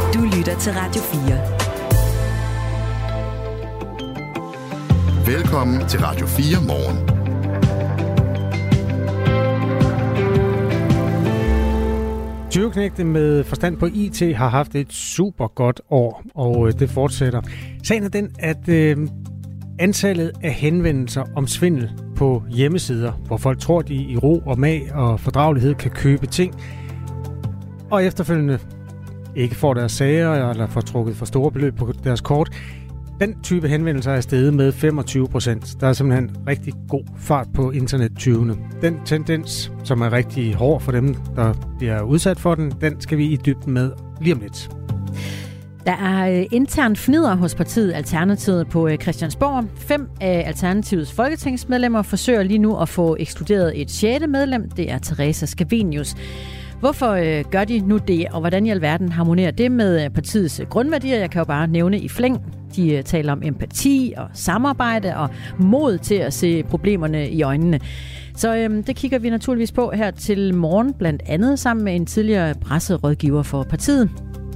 Du lytter til Radio 4. Velkommen til Radio 4 morgen. Tyveknægte med forstand på IT har haft et super godt år, og det fortsætter. Sagen er den, at antallet af henvendelser om svindel på hjemmesider, hvor folk tror, de i ro og mag og fordragelighed kan købe ting, og efterfølgende ikke får deres sager eller får trukket for store beløb på deres kort, den type henvendelser er steget med 25%. Der er simpelthen rigtig god fart på internettyvene. Den tendens, som er rigtig hård for dem, der bliver udsat for den skal vi i dybden med lige om lidt. Der er intern fnidder hos partiet Alternativet på Christiansborg. 5 af Alternativets folketingsmedlemmer forsøger lige nu at få ekskluderet et 6. medlem. Det er Theresa Scavenius. Hvorfor gør de nu det, og hvordan i alverden harmonerer det med partiets grundværdier? Jeg kan jo bare nævne i flæng. De taler om empati og samarbejde og mod til at se problemerne i øjnene. Så det kigger vi naturligvis på her til morgen, blandt andet sammen med en tidligere presserådgiver for partiet.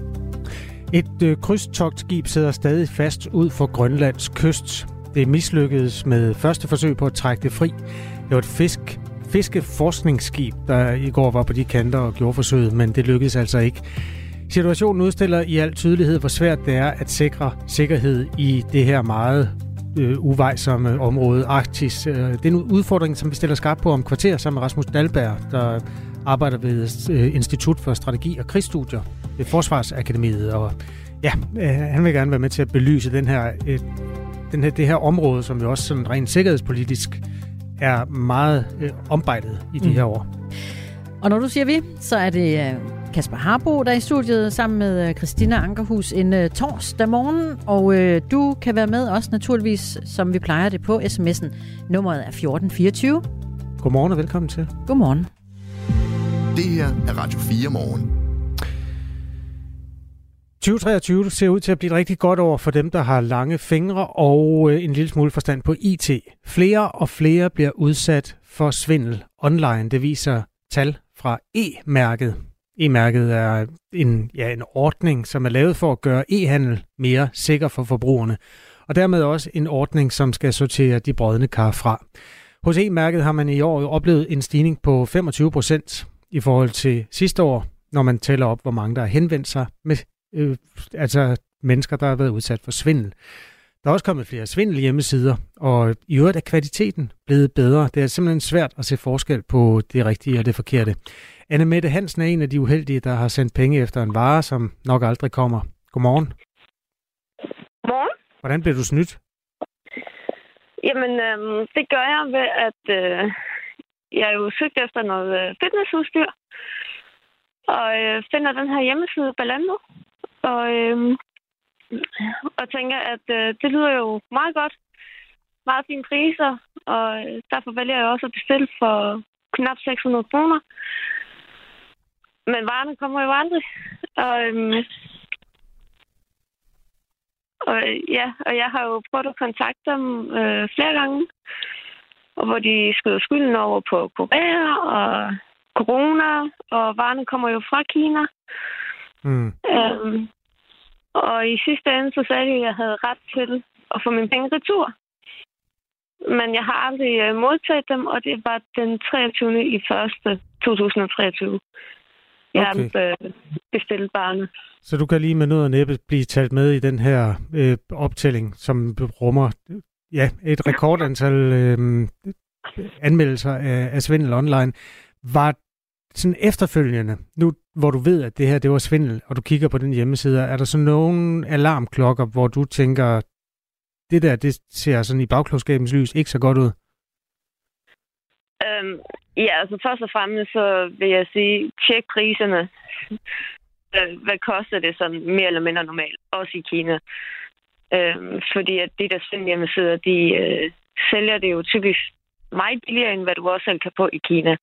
Et krydstogtskib sidder stadig fast ud for Grønlands kyst. Det mislykkedes med første forsøg på at trække det fri. Det var et fiskeforskningsskib, der i går var på de kanter og gjorde forsøget, men det lykkedes altså ikke. Situationen udstiller i al tydelighed, hvor svært det er at sikre sikkerhed i det her meget uvejsomme område, Arktis. Det er en udfordring, som vi stiller skarpt på om kvarter sammen med Rasmus Dahlberg, der arbejder ved Institut for Strategi og Krigsstudier ved Forsvarsakademiet. Og ja, han vil gerne være med til at belyse det her område, som jo også sådan rent sikkerhedspolitisk er meget ombejdet i de her år. Og når du siger vi, så er det Kasper Harbo, der er i studiet sammen med Christina Ankerhus en torsdag morgen. Og du kan være med også naturligvis, som vi plejer det på sms'en. Nummeret er 1424. Godmorgen og velkommen til. Godmorgen. Det her er Radio 4 morgen. 2023 ser ud til at blive et rigtig godt år for dem, der har lange fingre og en lille smule forstand på IT. Flere og flere bliver udsat for svindel online. Det viser tal fra E-mærket. E-mærket er en ordning, som er lavet for at gøre e-handel mere sikker for forbrugerne. Og dermed også en ordning, som skal sortere de brodne kar fra. Hos E-mærket har man i år oplevet en stigning på 25% i forhold til sidste år, når man tæller op, hvor mange der har henvendt sig med mennesker, der har været udsat for svindel. Der er også kommet flere svindel hjemmesider, og i øvrigt er kvaliteten blevet bedre. Det er simpelthen svært at se forskel på det rigtige og det forkerte. Anne Mette Hansen er en af de uheldige, der har sendt penge efter en vare, som nok aldrig kommer. Godmorgen. Godmorgen. Hvordan bliver du snydt? Jamen, det gør jeg ved, at jeg jo søgte efter noget fitnessudstyr, og finder den her hjemmeside Zalando, og tænker, at det lyder jo meget godt. Meget fine priser, og derfor vælger jeg også at bestille for knap 600 kroner. Men varerne kommer jo aldrig. Og jeg har jo prøvet at kontakte dem flere gange, og hvor de skyder skylden over på Korea og corona, og varerne kommer jo fra Kina. Og i sidste ende så sagde de, at jeg havde ret til at få mine penge retur. Men jeg har aldrig modtaget dem, og det var den 23. i 1. 2023. Jeg har bestilt varerne. Så du kan lige med nød og næppe blive talt med i den her optælling, som rummer et rekordantal anmeldelser af svindel online. Var sådan efterfølgende, nu hvor du ved, at det her det var svindel, og du kigger på den hjemmeside, er der så nogle alarmklokker, hvor du tænker, det ser sådan i bagklogskabens lys ikke så godt ud? Altså først og fremmest så vil jeg sige, tjek priserne. Hvad koster det sådan mere eller mindre normalt, også i Kina? Fordi at de der svindhjemmesider, de sælger det jo typisk meget billigere, end hvad du også selv kan få i Kina.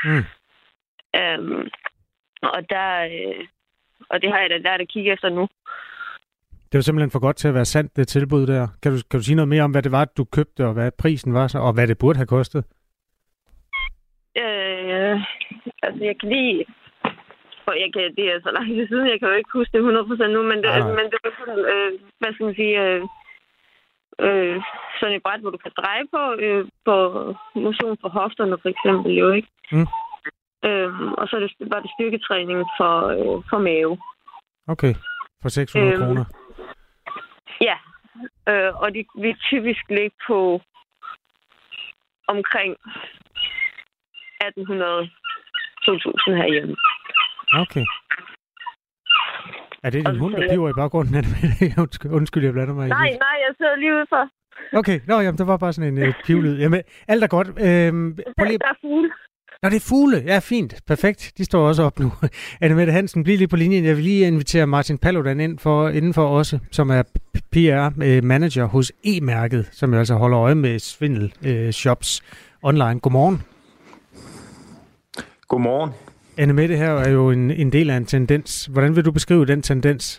Og det har jeg da lært at kigge efter nu. Det var simpelthen for godt til at være sandt, det tilbud der. Kan du sige noget mere om, hvad det var, du købte, og hvad prisen var, og hvad det burde have kostet? Altså, jeg kan lige Og det er så lang tid siden, jeg kan jo ikke huske det 100% nu, men det var sådan, hvad skal man sige, sådan et bræt, hvor du kan dreje på motion for hofterne for eksempel, jo ikke? Mm. Og så var det styrketræning for mave. Okay, for 600 kroner. Ja, og de vil typisk ligge på omkring 1800-2000 herhjemme. Okay. Er det din hund, der piver i baggrunden? Undskyld, jeg blander mig. Nej, jeg sidder lige ude for. Okay, jamen, der var bare sådan en pivlyd. Jamen, alt er godt. Der er fugle. Nå, det er fugle. Ja, fint. Perfekt. De står også op nu. Annemette Hansen, bliv lige på linjen. Jeg vil lige invitere Martin Paludan indenfor også, som er PR-manager hos E-mærket, som jo altså holder øje med svindel-shops online. Godmorgen. Godmorgen. Annemette her er jo en del af en tendens. Hvordan vil du beskrive den tendens?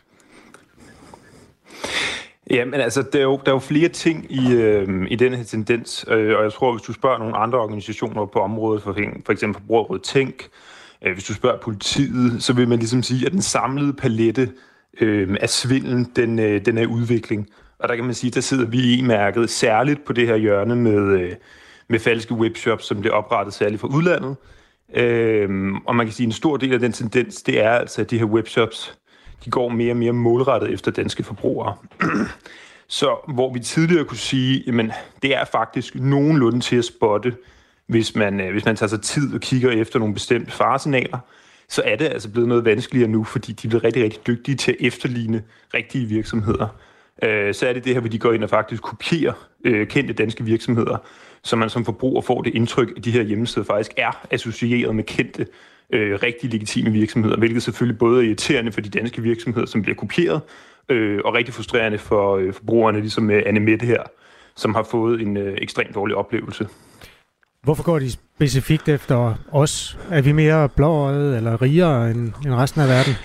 Jamen altså, der er jo flere ting i denne her tendens, og jeg tror, hvis du spørger nogle andre organisationer på området, for eksempel Forbrugerrådet Tænk, hvis du spørger politiet, så vil man ligesom sige, at den samlede palette af svindlen, den er udvikling. Og der kan man sige, der sidder vi i E-mærket særligt på det her hjørne med falske webshops, som bliver oprettet særligt fra udlandet. Og man kan sige, at en stor del af den tendens, det er altså, at de her webshops, de går mere og mere målrettet efter danske forbrugere. Så hvor vi tidligere kunne sige, jamen det er faktisk nogenlunde til at spotte, hvis man tager sig tid og kigger efter nogle bestemte faresignaler, så er det altså blevet noget vanskeligere nu, fordi de bliver rigtig, rigtig dygtige til at efterligne rigtige virksomheder. Så er det her, hvor de går ind og faktisk kopierer kendte danske virksomheder, så man som forbruger får det indtryk, at de her hjemmesider faktisk er associeret med kendte, rigtig legitime virksomheder, hvilket selvfølgelig både er irriterende for de danske virksomheder, som bliver kopieret, og rigtig frustrerende for forbrugerne, ligesom Annemette her, som har fået en ekstremt dårlig oplevelse. Hvorfor går de specifikt efter os? Er vi mere blåøjede eller rigere end resten af verden?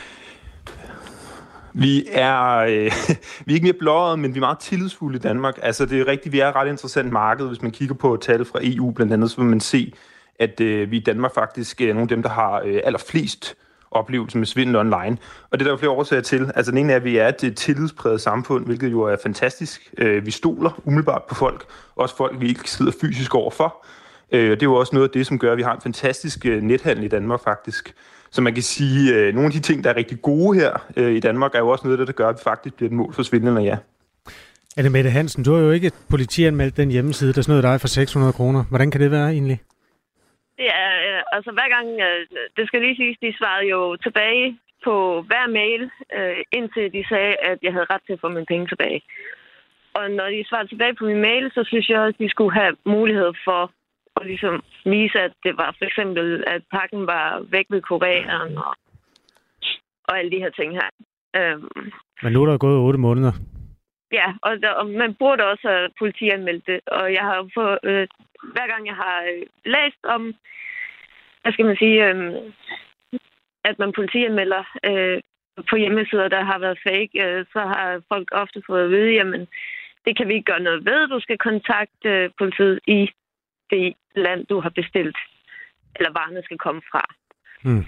Vi er ikke mere blåøjede, men vi er meget tillidsfulde i Danmark. Altså det er rigtigt, vi er et ret interessant marked. Hvis man kigger på tal fra EU blandt andet, så vil man se, at vi i Danmark faktisk er nogle af dem, der har allerflest oplevelser med svindel online. Og det er der jo flere årsager til. Altså den ene er, at vi er et tillidspræget samfund, hvilket jo er fantastisk. Vi stoler umiddelbart på folk, også folk, vi ikke sidder fysisk overfor. Og det er jo også noget af det, som gør, at vi har en fantastisk nethandel i Danmark faktisk. Så man kan sige, at nogle af de ting, der er rigtig gode her i Danmark, er jo også noget af det, der gør, at vi faktisk bliver et mål for svindlerne, ja. Annemette Hansen, du har jo ikke politianmeldt den hjemmeside, der snød dig for 600 kroner. Hvordan kan det være egentlig? Det er, altså hver gang, det skal lige siges, de svarede jo tilbage på hver mail, indtil de sagde, at jeg havde ret til at få mine penge tilbage. Og når de svarede tilbage på min mail, så synes jeg, at de skulle have mulighed for at ligesom vise, at det var for eksempel, at pakken var væk ved kureren og alle de her ting her. Men nu er der gået 8 måneder. Ja, og man burde også have politianmeldt det. Og jeg har fået, hver gang jeg har læst om, hvad skal man sige, at man politianmelder på hjemmesider, der har været fake, så har folk ofte fået at vide, jamen, det kan vi ikke gøre noget ved. Du skal kontakte politiet i det land, du har bestilt, eller varerne skal komme fra. Mm.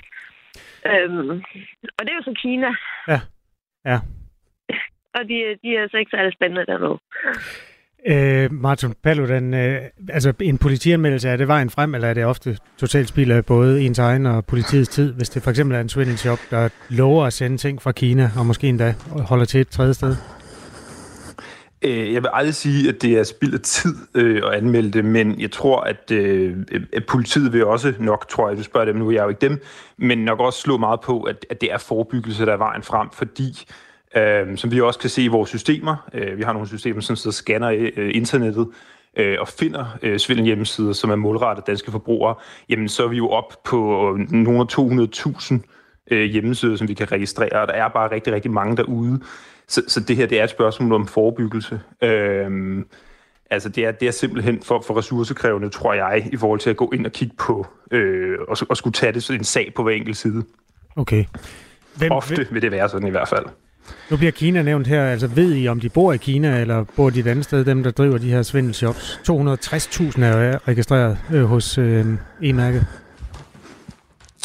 Og det er jo så Kina. Ja. Og de er altså ikke særlig spændende dernede. Martin Paludan, altså en politianmeldelse, er det vejen frem, eller er det ofte totalt spild af både ens egen og politiets tid, hvis det for eksempel er en svindelshop, der lover at sende ting fra Kina, og måske endda holder til et tredje sted? Jeg vil aldrig sige, at det er spild af tid at anmelde det, men jeg tror, at politiet vil også nok, tror jeg, du spørger dem, nu er jeg jo ikke dem, men nok også slå meget på, at det er forebyggelse, der er vejen frem, fordi som vi også kan se i vores systemer, vi har nogle systemer, som så scanner internettet og finder svindelhjemmesider, som er målrettet danske forbrugere, jamen så er vi jo op på nogle af 200.000 hjemmesider, som vi kan registrere, og der er bare rigtig, rigtig mange derude. Så det her, det er et spørgsmål om forebyggelse. Altså det er simpelthen for ressourcekrævende, tror jeg, i forhold til at gå ind og kigge på og skulle tage det en sag på hver enkelt side. Okay. Ofte vil det være sådan i hvert fald. Nu bliver Kina nævnt her. Altså ved I, om de bor i Kina, eller bor de et andet sted, dem der driver de her svindelshops? 260.000 er registreret hos E-mærket.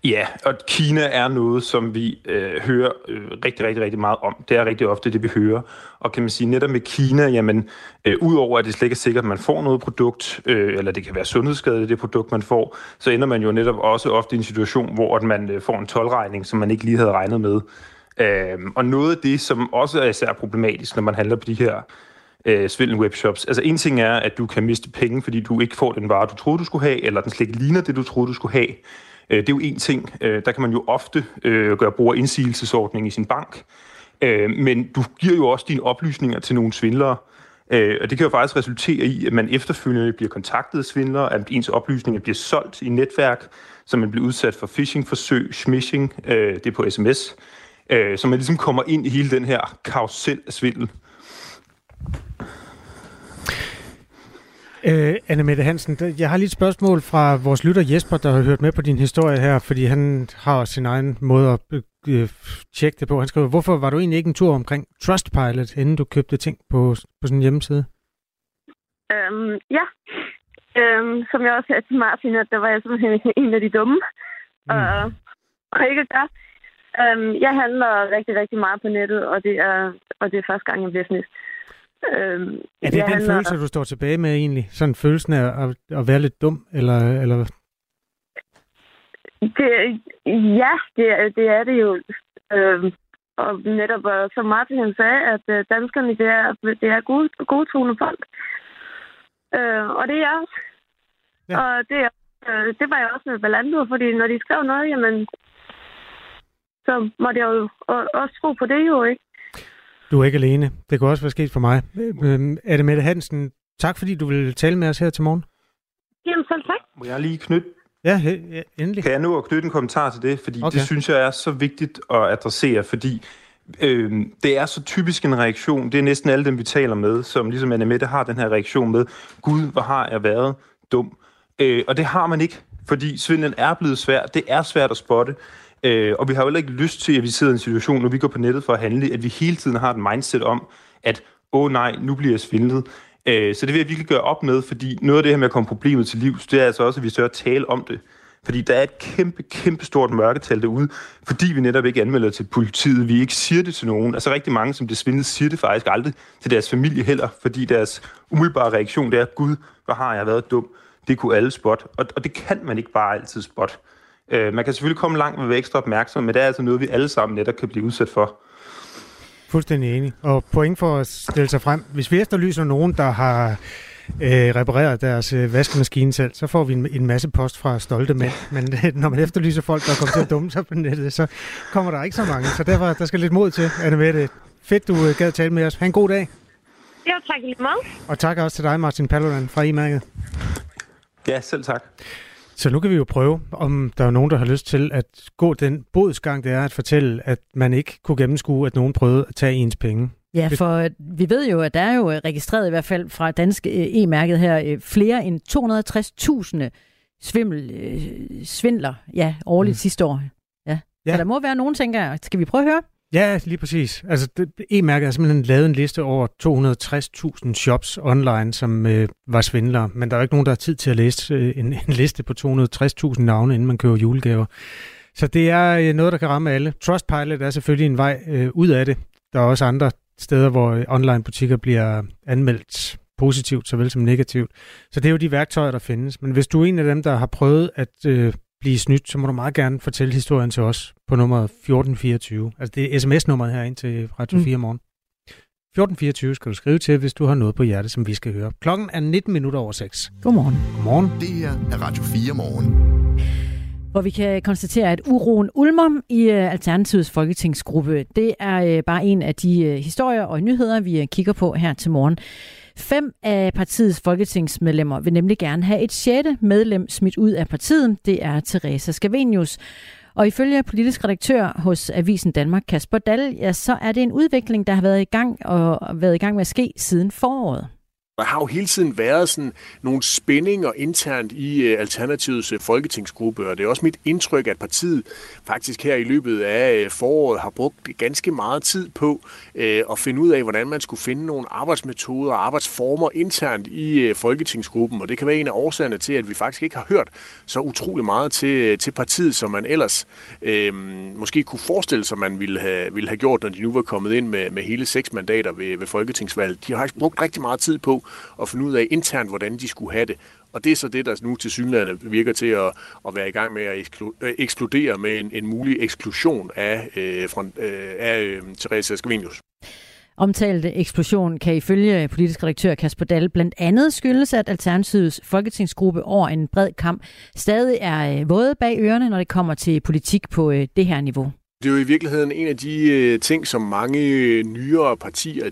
Ja, og Kina er noget, som vi hører rigtig meget om. Det er rigtig ofte det, vi hører. Og kan man sige, netop med Kina, jamen, udover at det slet ikke er sikkert, at man får noget produkt, eller det kan være sundhedsskadeligt, det produkt, man får, så ender man jo netop også ofte i en situation, hvor at man får en toldregning, som man ikke lige havde regnet med. Og noget af det, som også er især problematisk, når man handler på de her svindel-webshops. Altså en ting er, at du kan miste penge, fordi du ikke får den vare, du troede, du skulle have, eller den slet ikke ligner det, du troede, du skulle have. Det er jo en ting. Der kan man jo ofte gøre brug af indsigelsesordning i sin bank. Men du giver jo også dine oplysninger til nogle svindlere. Og det kan jo faktisk resultere i, at man efterfølgende bliver kontaktet af svindlere, at ens oplysninger bliver solgt i netværk, så man bliver udsat for phishing-forsøg, smishing, det er på sms. Så man ligesom kommer ind i hele den her karusel af svindel. Anne-Mette Hansen, jeg har lige et spørgsmål fra vores lytter Jesper, der har hørt med på din historie her, fordi han har sin egen måde at tjekke det på. Han skriver, hvorfor var du egentlig ikke en tur omkring Trustpilot, inden du købte ting på sådan en hjemmeside? Ja, som jeg også sagde til Martin, at der var jeg simpelthen en af de dumme, og ikke gør. Jeg handler rigtig meget på nettet, og det er første gang, jeg bliver snydt. Er det den følelse, du står tilbage med egentlig? Sådan følelsen af at være lidt dum, eller? Det er det jo. Og netop, som Martin sagde, at danskerne, det er godtroende folk. Og det er jeg også. Ja. Og det var jeg også med Zalando, fordi når de skrev noget, jamen, så måtte jeg jo også tro på det jo, ikke? Du er ikke alene. Det kunne også være sket for mig. Anne-Mette Hansen, tak fordi du ville tale med os her til morgen. Jamen selv tak. Må jeg lige knytte? Ja, endelig. Kan jeg nu knytte en kommentar til det? Fordi det synes jeg er så vigtigt at adressere, fordi det er så typisk en reaktion. Det er næsten alle dem, vi taler med, som ligesom Anne-Mette har den her reaktion med, Gud, hvor har jeg været dum. Og det har man ikke, fordi svindlen er blevet svær. Det er svært at spotte. Og vi har jo heller ikke lyst til, at vi sidder i en situation, når vi går på nettet for at handle, at vi hele tiden har et mindset om, at nej, nu bliver jeg svindlet. Så det vil jeg virkelig gøre op med, fordi noget af det her med at komme problemet til livs, det er altså også, at vi sørger at tale om det. Fordi der er et kæmpe stort mørketal derude, fordi vi netop ikke anmelder til politiet, vi ikke siger det til nogen. Altså rigtig mange, som bliver svindlet, siger det faktisk aldrig til deres familie heller, fordi deres umiddelbare reaktion, det er, Gud, hvor har jeg været dum. Det kunne alle spotte, og det kan man ikke bare altid spotte. Man kan selvfølgelig komme langt med at være ekstra opmærksom, men det er altså noget, vi alle sammen netop kan blive udsat for. Fuldstændig enig. Og point for at stille sig frem. Hvis vi efterlyser nogen, der har repareret deres vaskemaskine selv, så får vi en masse post fra stolte mænd. Men når man efterlyser folk, der kommer til at dumme sig på nettet, så kommer der ikke så mange. Så derfor der skal lidt mod til, Anne-Mette. Fedt, du gad tale med os. Ha' en god dag. Ja, tak lige meget. Og tak også til dig, Martin Paludan fra E-mærket. Ja, selv tak. Så nu kan vi jo prøve, om der er nogen, der har lyst til at gå den bodsgang, det er at fortælle, at man ikke kunne gennemskue, at nogen prøvede at tage ens penge. Ja, for vi ved jo, at der er jo registreret i hvert fald fra danske E-mærket her flere end 260.000 svindler årligt sidste år. Ja. Så der må være nogen, tænker jeg. Skal vi prøve at høre? Ja, lige præcis. Altså, E-mærket har simpelthen lavet en liste over 260.000 shops online, som var svindlere. Men der er jo ikke nogen, der har tid til at læse en liste på 260.000 navne, inden man køber julegaver. Så det er noget, der kan ramme alle. Trustpilot er selvfølgelig en vej ud af det. Der er også andre steder, hvor online-butikker bliver anmeldt positivt, såvel som negativt. Så det er jo de værktøjer, der findes. Men hvis du er en af dem, der har prøvet at blive snydt, så må du meget gerne fortælle historien til os på nummeret 1424. Altså det er sms-nummeret her ind til Radio 4 morgen. 1424 skal du skrive til, hvis du har noget på hjertet, som vi skal høre. Klokken er 19:06. Godmorgen. Godmorgen. Det her er Radio 4 morgen. Hvor vi kan konstatere, at uroen ulmer i Alternativets folketingsgruppe. Det er bare en af de historier og nyheder, vi kigger på her til morgen. 5 af partiets folketingsmedlemmer vil nemlig gerne have et 6. medlem smidt ud af partiet. Det er Teresa Scavenius. Og ifølge politisk redaktør hos Avisen Danmark, Kasper Dahl, så er det en udvikling, der har været i gang med at ske siden foråret. Der har jo hele tiden været sådan nogle spændinger internt i Alternativets folketingsgruppe, og det er også mit indtryk, at partiet faktisk her i løbet af foråret har brugt ganske meget tid på at finde ud af, hvordan man skulle finde nogle arbejdsmetoder og arbejdsformer internt i folketingsgruppen, og det kan være en af årsagerne til, at vi faktisk ikke har hørt så utrolig meget til partiet, som man ellers måske kunne forestille sig, man ville have gjort, når de nu var kommet ind med hele 6 mandater ved folketingsvalget. De har faktisk brugt rigtig meget tid på at finde ud af internt, hvordan de skulle have det. Og det er så det, der nu til synligheden virker til at være i gang med at ekskludere med en mulig eksklusion af Theresa Scavenius. Omtalte eksplosion kan ifølge politisk redaktør Kasper Dahl blandt andet skyldes, at Alternativets folketingsgruppe over en bred kamp stadig er våde bag ørerne, når det kommer til politik på det her niveau. Det er jo i virkeligheden en af de ting, som mange nyere partier,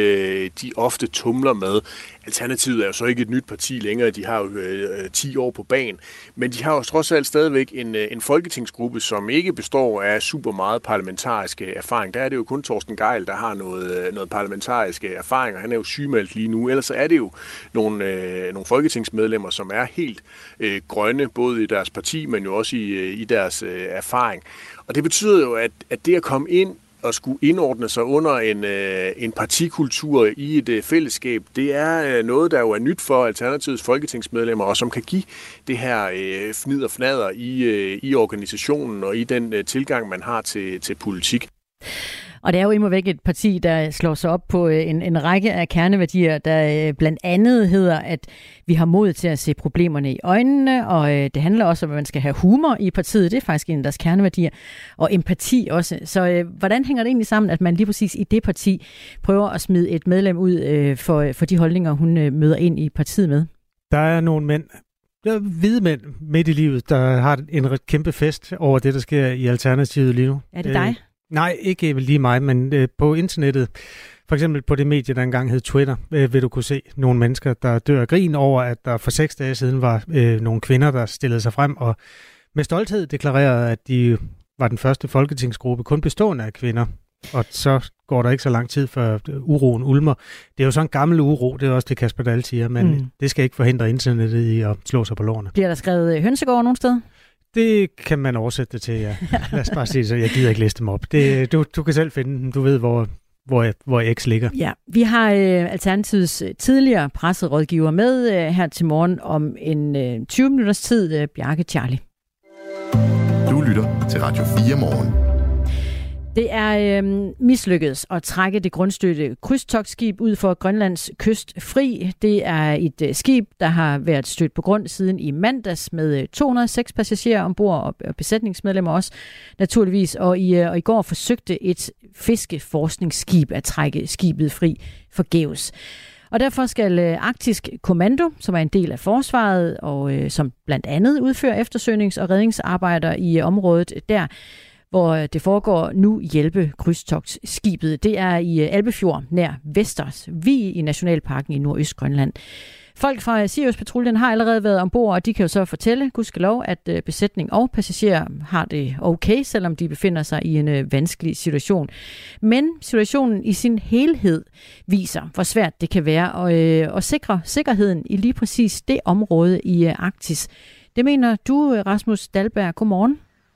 de ofte tumler med. Alternativet er jo så ikke et nyt parti længere, de har jo 10 år på bagen, men de har jo trods alt stadigvæk en folketingsgruppe, som ikke består af super meget parlamentarisk erfaring. Der er det jo kun Torsten Gejl, der har noget parlamentarisk erfaring, og han er jo sygemeldt lige nu. Ellers er det jo nogle folketingsmedlemmer, som er helt grønne, både i deres parti, men jo også i deres erfaring. Og det betyder jo, at det at komme ind og skulle indordne sig under en partikultur i et fællesskab, det er noget, der jo er nyt for Alternativets folketingsmedlemmer, og som kan give det her fnid og fnader i organisationen og i den tilgang, man har til politik. Og det er jo imodvæk et parti, der slår sig op på en række af kerneværdier, der blandt andet hedder, at vi har mod til at se problemerne i øjnene, og det handler også om, at man skal have humor i partiet. Det er faktisk en af deres kerneværdier. Og empati også. Så hvordan hænger det egentlig sammen, at man lige præcis i det parti prøver at smide et medlem ud for de holdninger, hun møder ind i partiet med? Der er nogle mænd, hvide mænd midt i livet, der har en kæmpe fest over det, der sker i Alternativet lige nu. Er det dig? Nej, ikke lige mig, men på internettet, for eksempel på det medie, der engang hed Twitter, vil du kunne se nogle mennesker, der dør af grin over, at der for 6 dage siden var nogle kvinder, der stillede sig frem og med stolthed deklarerede, at de var den første folketingsgruppe, kun bestående af kvinder. Og så går der ikke så lang tid, før uroen ulmer. Det er jo sådan en gammel uro, det er også det, Kasper Dahl siger, men det skal ikke forhindre internettet i at slå sig på lårene. Bliver der skrevet hønsegård nogen sted? Det kan man oversætte det til, ja. Lad os bare sige så. Jeg gider ikke læse dem op. Du kan selv finde dem. Du ved, hvor X ligger. Ja, vi har Alternativets tidligere presserådgiver med her til morgen om en 20 minutters tid, Bjarke Charlie. Du lytter til Radio 4 morgen. Det er mislykkedes at trække det grundstødte krydstogtskib ud for Grønlands kyst fri. Det er et skib, der har været stødt på grund siden i mandags med 206 passagerer ombord og besætningsmedlemmer også naturligvis. Og i går forsøgte et fiskeforskningsskib at trække skibet fri forgæves. Og derfor skal Arktisk Kommando, som er en del af forsvaret og som blandt andet udfører eftersøgnings- og redningsarbejder i området der, hvor det foregår nu, hjælpe krydstogtskibet. Det er i Alpefjord nær Vesters Vig i Nationalparken i Nordøstgrønland. Folk fra Sirius-patruljen har allerede været ombord, og de kan jo så fortælle, gudskelov, at besætning og passagerer har det okay, selvom de befinder sig i en vanskelig situation. Men situationen i sin helhed viser, hvor svært det kan være at sikre sikkerheden i lige præcis det område i Arktis. Det mener du, Rasmus Dahlberg. Godmorgen.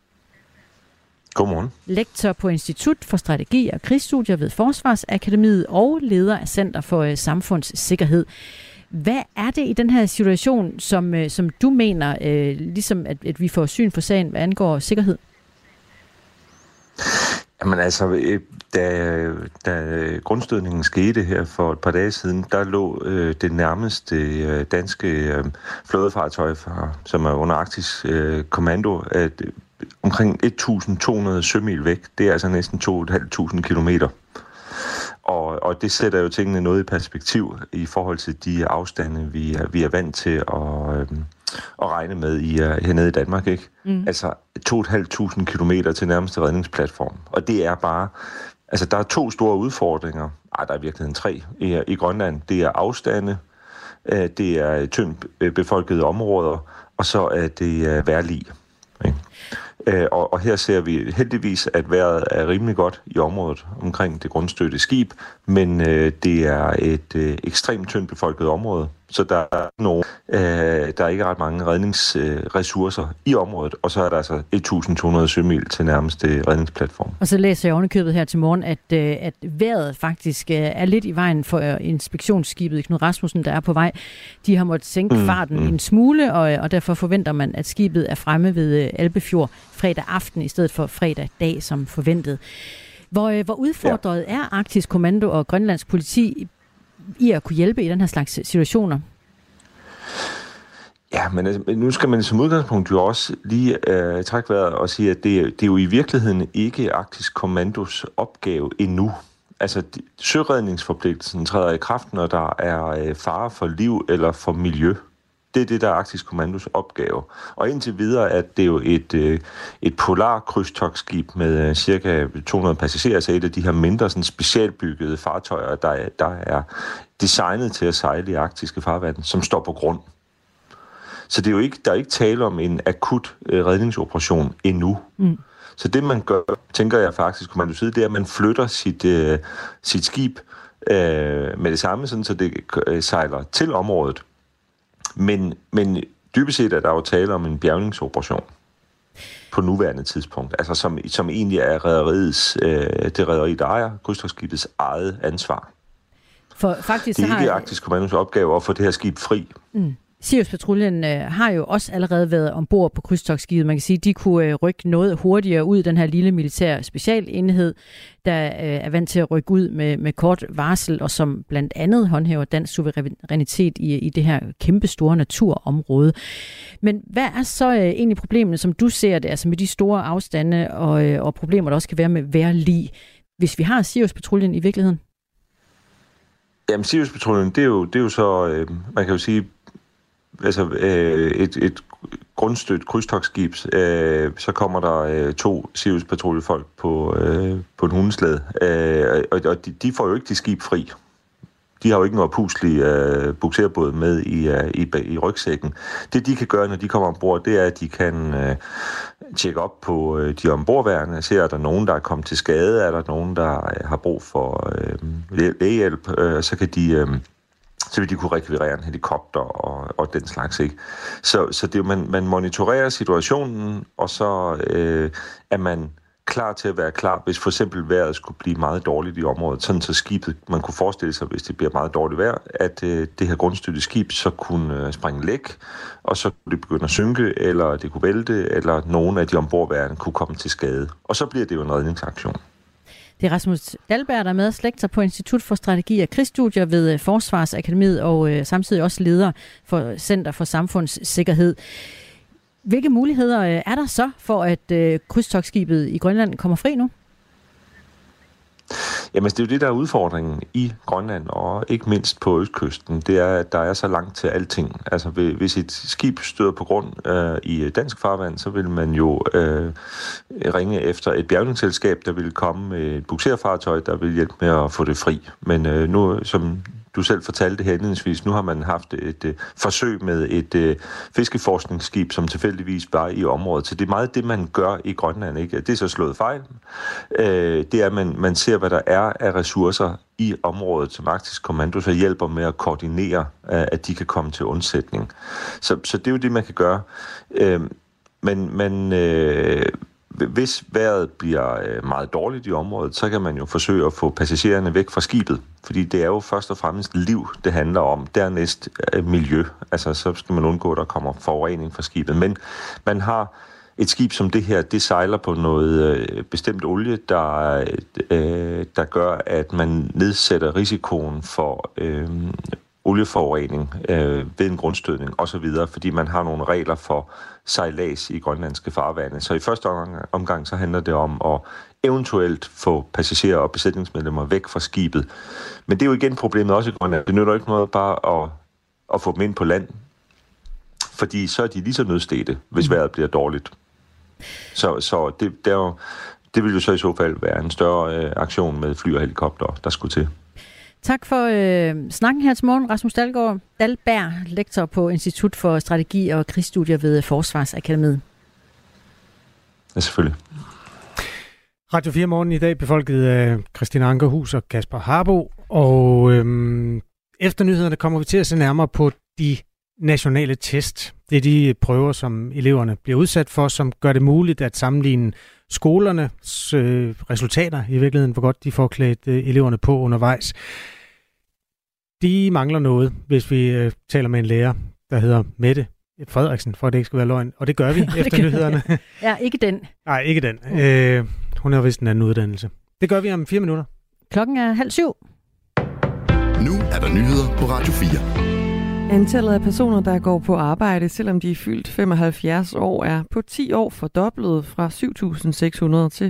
Godmorgen. Lektor på Institut for Strategi og Krigsstudier ved Forsvarsakademiet og leder af Center for Samfundssikkerhed. Hvad er det i den her situation, som du mener, ligesom at vi får syn for sagen, hvad angår sikkerhed? Jamen altså, da grundstødningen skete her for et par dage siden, der lå det nærmeste danske flådefartøj, som er under Arktisk Kommando, at omkring 1.200 sømil væk. Det er altså næsten 2.500 kilometer. Og det sætter jo tingene noget i perspektiv i forhold til de afstande, vi er vant til at regne med hernede i Danmark, ikke? Altså 2.500 kilometer til nærmeste redningsplatform. Og det er bare... Altså, der er 2 store udfordringer. Der er i virkeligheden 3 i Grønland. Det er afstande, det er tyndt befolkede områder, og så er det vejrlig. Og her ser vi heldigvis, at vejret er rimelig godt i området omkring det grundstødte skib, men det er et ekstremt tyndt befolket område, så der er ikke ret mange redningsressourcer i området, og så er der altså 1.200 sømil til nærmeste redningsplatform. Og så læser jeg ovenikøbet her til morgen, at vejret faktisk er lidt i vejen for inspektionsskibet Knud Rasmussen, der er på vej. De har måttet sænke farten en smule, og derfor forventer man, at skibet er fremme ved Alpefjord fredag aften i stedet for fredag dag som forventet. Hvor udfordret er Arktisk Kommando og Grønlands politi i at kunne hjælpe i den her slags situationer? Ja, men nu skal man som udgangspunkt jo også lige trække vejret og sige, at det er jo i virkeligheden ikke Arktisk Kommandos opgave endnu. Altså, søredningsforpligtelsen træder i kraft, når der er fare for liv eller for miljø. Det er det, der er Arktisk Kommandos opgave. Og indtil videre er det jo et polarkrydstogtskib med cirka 200 passagerer, så et af de her mindre sådan specialbyggede fartøjer, der er designet til at sejle i arktiske farvand, som står på grund. Så det er jo ikke, der er ikke tale om en akut redningsoperation endnu. Så det man gør, tænker jeg faktisk, Kommando Syd, det er, at man flytter sit skib med det samme, sådan, så det sejler til området. Men dybest set er der jo tale om en bjergningsoperation på nuværende tidspunkt, altså som egentlig er det rederi, der ejer krydstogtskibets eget ansvar. For faktisk det er ikke Arktisk Kommandos opgave at få det her skib fri. Sirius-patruljen har jo også allerede været ombord på krydstogtskibet. Man kan sige, at de kunne rykke noget hurtigere ud, den her lille militære specialenhed, der er vant til at rykke ud med kort varsel, og som blandt andet håndhæver dansk suverænitet i det her kæmpe store naturområde. Men hvad er så egentlig problemerne, som du ser det, altså med de store afstande og problemer, der også kan være med vejrlig, hvis vi har Sirius-patruljen i virkeligheden? Jamen, Sirius-patruljen, det er jo så, man kan jo sige, altså et grundstødt krydstogtskib, så kommer der 2 Sirius-patruljefolk på en hundeslæde, og de får jo ikke de skib fri. De har jo ikke noget puslig bukserbåd med i rygsækken. Det de kan gøre, når de kommer ombord, det er, at de kan tjekke op på de ombordværende, se, er der nogen, der er kommet til skade, er der nogen, der har brug for lægehjælp, så vil de kunne rekvirere en helikopter og den slags, ikke? Så det er jo, man monitorerer situationen, og så er man klar til at være klar, hvis for eksempel vejret skulle blive meget dårligt i området. Sådan så skibet, man kunne forestille sig, hvis det bliver meget dårligt vejr, at det her grundstødte skib så kunne springe læk, og så kunne det begynde at synke, eller det kunne vælte, eller nogen af de ombordværende kunne komme til skade. Og så bliver det jo en redningsaktion. Det er Rasmus Dahlberg, der er med, lektor på Institut for Strategi og Krigsstudier ved Forsvarsakademiet, og samtidig også leder for Center for Samfundssikkerhed. Hvilke muligheder er der så for, at krydstogtskibet i Grønland kommer fri nu? Jamen, det er jo det, der er udfordringen i Grønland, og ikke mindst på østkysten. Det er, at der er så langt til alting. Altså, hvis et skib støder på grund i dansk farvand, så vil man jo ringe efter et bjergningsselskab, der vil komme med et bugserfartøj, der vil hjælpe med at få det fri. Men nu, som du selv fortalte her indledningsvis, nu har man haft et forsøg med et fiskeforskningsskib, som tilfældigvis var i området. Så det er meget det, man gør i Grønland, ikke? Det er så slået fejl. Det er, at man ser, hvad der er af ressourcer i området, som Arktisk Kommando så hjælper med at koordinere, at de kan komme til undsætning. Så det er jo det, man kan gøre. Men hvis vejret bliver meget dårligt i området, så kan man jo forsøge at få passagererne væk fra skibet. Fordi det er jo først og fremmest liv, det handler om. Dernæst miljø. Altså, så skal man undgå, at der kommer forurening fra skibet. Men man har et skib som det her, det sejler på noget bestemt olie, der gør, at man nedsætter risikoen for olieforurening ved en grundstødning osv., fordi man har nogle regler for sejlads i grønlandske farvande. Så i første omgang så handler det om at eventuelt få passagerer og besætningsmedlemmer væk fra skibet. Men det er jo igen problemet også i Grønland. Det nytter ikke noget bare at få dem ind på land, fordi så er de lige så nødstedte, hvis vejret bliver dårligt. Så det vil jo så i så fald være en større aktion med fly og helikopter, der skulle til. Tak for snakken her til morgen, Rasmus Dahlberg, lektor på Institut for Strategi og Krigsstudier ved Forsvarsakademiet. selvfølgelig. Radio 4 Morgen i dag befolket af Christina Ankerhus og Kasper Harbo. Og efter nyhederne kommer vi til at se nærmere på de nationale test. Det er de prøver, som eleverne bliver udsat for, som gør det muligt at sammenligne skolernes resultater, i virkeligheden, hvor godt de får klædt eleverne på undervejs. De mangler noget, hvis vi taler med en lærer, der hedder Mette Frederiksen, for at det ikke skal være løgn. Og det gør vi efter nyhederne. Ja, ikke den. Nej, ikke den. Hun har vist en anden uddannelse. Det gør vi om 4 minutter. Klokken er 6:30. Nu er der nyheder på Radio 4. Antallet af personer, der går på arbejde, selvom de er fyldt 75 år, er på 10 år fordoblet fra 7.600 til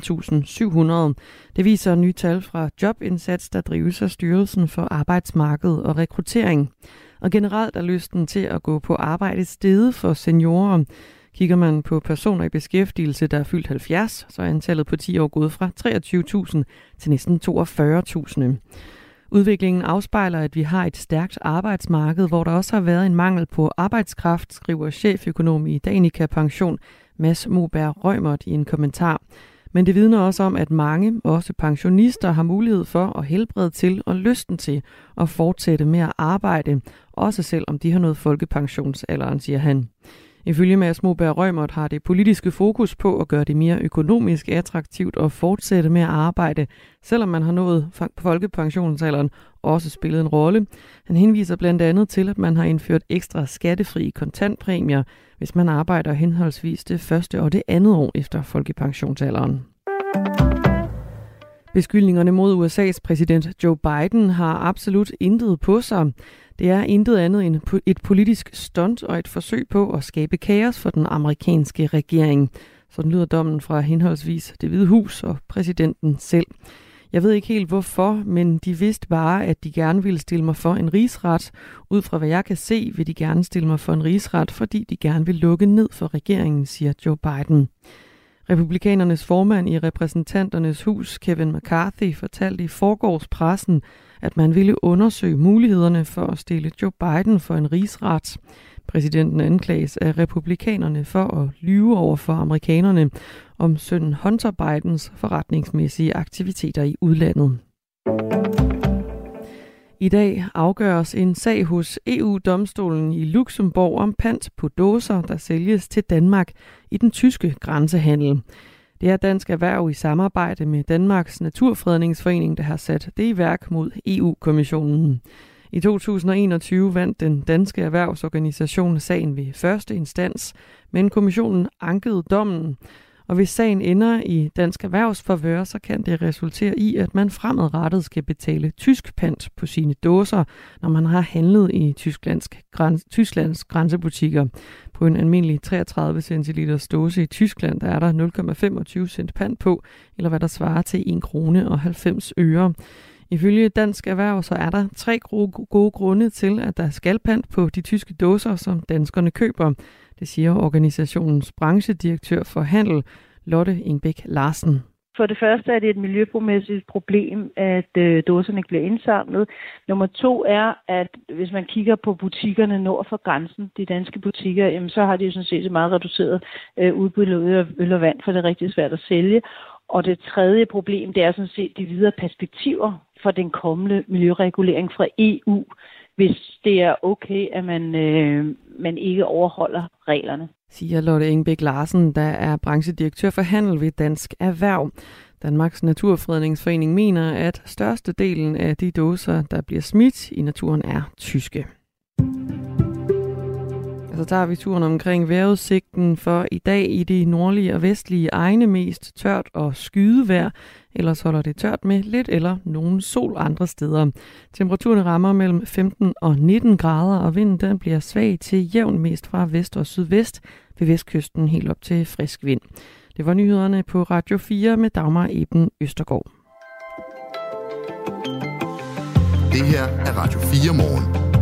15.700. Det viser nye tal fra Jobindsats, der drives af Styrelsen for Arbejdsmarked og Rekruttering. Og generelt er lysten til at gå på arbejde steget for seniorer. Kigger man på personer i beskæftigelse, der er fyldt 70, så er antallet på 10 år gået fra 23.000 til næsten 42.000. Udviklingen afspejler, at vi har et stærkt arbejdsmarked, hvor der også har været en mangel på arbejdskraft, skriver cheføkonom i Danica Pension, Mads Moberg Reumert i en kommentar. Men det vidner også om, at mange, også pensionister, har mulighed for at helbrede til og lysten til at fortsætte med at arbejde, også selvom de har nået folkepensionsalderen, siger han. Ifølge Mads Moberg Reumert har det politiske fokus på at gøre det mere økonomisk attraktivt at fortsætte med at arbejde, selvom man har nået folkepensionsalderen, også spillet en rolle. Han henviser blandt andet til, at man har indført ekstra skattefri kontantpræmier, hvis man arbejder henholdsvis det første og det andet år efter folkepensionsalderen. Beskyldningerne mod USA's præsident Joe Biden har absolut intet på sig. Det er intet andet end et politisk stunt og et forsøg på at skabe kaos for den amerikanske regering. Sådan lyder dommen fra henholdsvis Det Hvide Hus og præsidenten selv. Jeg ved ikke helt hvorfor, men de vidste bare, at de gerne ville stille mig for en rigsret. Ud fra hvad jeg kan se, vil de gerne stille mig for en rigsret, fordi de gerne vil lukke ned for regeringen, siger Joe Biden. Republikanernes formand i repræsentanternes hus, Kevin McCarthy, fortalte i forgårs pressen, at man ville undersøge mulighederne for at stille Joe Biden for en rigsret. Præsidenten anklages af republikanerne for at lyve over for amerikanerne om sønnen Hunter Bidens forretningsmæssige aktiviteter i udlandet. I dag afgøres en sag hos EU-domstolen i Luxembourg om pant på dåser, der sælges til Danmark i den tyske grænsehandel. Det er Dansk Erhverv i samarbejde med Danmarks Naturfredningsforening, der har sat det i værk mod EU-kommissionen. I 2021 vandt den danske erhvervsorganisation sagen ved første instans, men kommissionen ankede dommen. Og hvis sagen ender i Dansk Erhvervs favør, så kan det resultere i, at man fremadrettet skal betale tysk pant på sine dåser, når man har handlet i Tysklands grænsebutikker. På en almindelig 33 centiliters dåse i Tyskland, der er der 0,25 cent pant på, eller hvad der svarer til 1 krone og 90 øre. Ifølge Dansk Erhverv så er der 3 gode grunde til, at der skal pant på de tyske dåser, som danskerne køber. Det siger organisationens branchedirektør for handel, Lotte Ingbæk Larsen. For det første er det et miljømæssigt problem, at dåserne ikke bliver indsamlet. Nummer 2 er, at hvis man kigger på butikkerne nord for grænsen, de danske butikker, jamen, så har de sådan set et meget reduceret udbud af øl og vand, for det er rigtig svært at sælge. Og det tredje problem, det er sådan set de videre perspektiver for den kommende miljøregulering fra EU, hvis det er okay, at man ikke overholder reglerne. Siger Lotte Ingbæk Larsen, der er branchedirektør for handel ved Dansk Erhverv. Danmarks Naturfredningsforening mener, at størstedelen af de dåser, der bliver smidt i naturen, er tyske. Så tager vi turen omkring vejrudsigten for i dag i de nordlige og vestlige egne mest tørt og skydevejr. Ellers holder det tørt med lidt eller nogen sol andre steder. Temperaturen rammer mellem 15 og 19 grader, og vinden den bliver svag til jævn mest fra vest og sydvest, ved vestkysten helt op til frisk vind. Det var nyhederne på Radio 4 med Dagmar Eben Østergaard. Det her er Radio 4 morgen.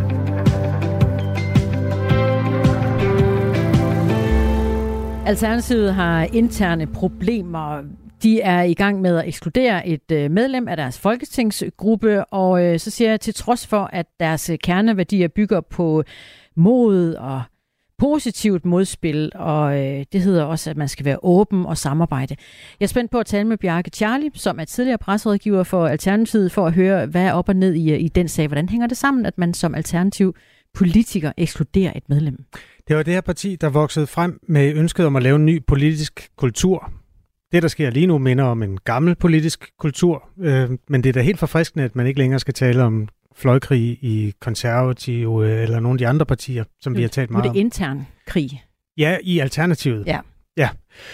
Alternativet har interne problemer. De er i gang med at ekskludere et medlem af deres folketingsgruppe, og så siger jeg, til trods for, at deres kerneværdier bygger på mod og positivt modspil, og det hedder også, at man skal være åben og samarbejde. Jeg er spændt på at tale med Bjarke Charlie, som er tidligere presserådgiver for Alternativet, for at høre, hvad er op og ned i den sag. Hvordan hænger det sammen, at man som alternativ politiker ekskluderer et medlem? Det var det her parti, der voksede frem med ønsket om at lave en ny politisk kultur. Det, der sker lige nu, minder om en gammel politisk kultur, men det er da helt forfriskende, at man ikke længere skal tale om fløjkrig i Konservative eller nogle af de andre partier, som vi har talt meget om. Det er intern krig. Ja, i Alternativet. Ja.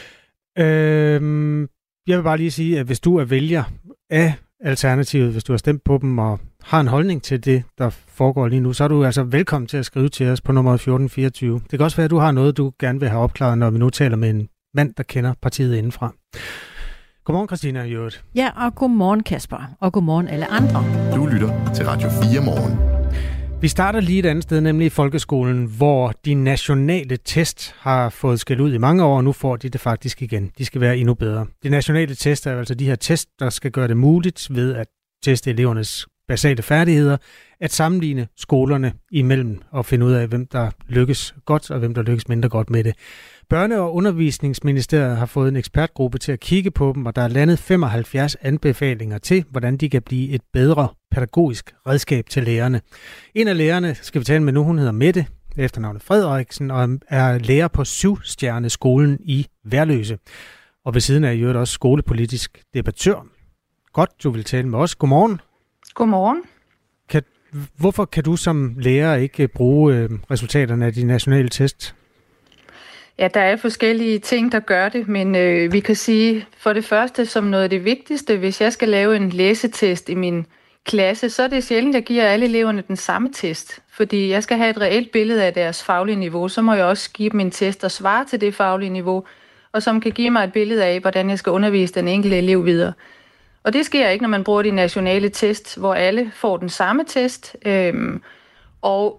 Jeg vil bare lige sige, at hvis du er vælger af Alternativet, hvis du har stemt på dem og har en holdning til det, der foregår lige nu, så er du altså velkommen til at skrive til os på nummer 1424. Det kan også være, at du har noget, du gerne vil have opklaret, når vi nu taler med en mand, der kender partiet indenfra. Godmorgen, Christina Hjort. Ja, og godmorgen, Kasper. Og godmorgen alle andre. Du lytter til Radio 4 morgen. Vi starter lige et andet sted, nemlig i folkeskolen, hvor de nationale test har fået skæld ud i mange år, og nu får de det faktisk igen. De skal være endnu bedre. De nationale test er altså de her test, der skal gøre det muligt ved at teste elevernes basale færdigheder, at sammenligne skolerne imellem og finde ud af, hvem der lykkes godt og hvem der lykkes mindre godt med det. Børne- og Undervisningsministeriet har fået en ekspertgruppe til at kigge på dem, og der er landet 75 anbefalinger til, hvordan de kan blive et bedre pædagogisk redskab til lærerne. En af lærerne skal vi tale med nu, hun hedder Mette, efternavnet Frederiksen, og er lærer på 7-stjerneskolen i Værløse. Og ved siden af i øvrigt også skolepolitisk debattør. Godt, du vil tale med os. Godmorgen. Godmorgen. Hvorfor kan du som lærer ikke bruge resultaterne af de nationale test? Ja, der er forskellige ting, der gør det, men vi kan sige for det første som noget af det vigtigste, hvis jeg skal lave en læsetest i min klasse, så er det sjældent, at jeg giver alle eleverne den samme test. Fordi jeg skal have et reelt billede af deres faglige niveau, så må jeg også give dem en test, der svarer til det faglige niveau, og som kan give mig et billede af, hvordan jeg skal undervise den enkelte elev videre. Og det sker ikke, når man bruger de nationale test, hvor alle får den samme test, og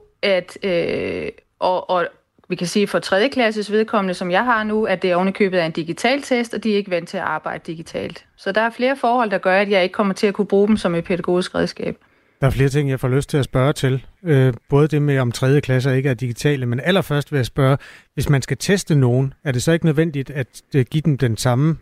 vi kan sige for 3. klasses vedkommende, som jeg har nu, at det er ovenikøbet af en digital test, og de er ikke vant til at arbejde digitalt. Så der er flere forhold, der gør, at jeg ikke kommer til at kunne bruge dem som et pædagogisk redskab. Der er flere ting, jeg får lyst til at spørge til. Både det med, om 3. klasser ikke er digitale, men allerførst vil jeg spørge, hvis man skal teste nogen, er det så ikke nødvendigt at give dem den samme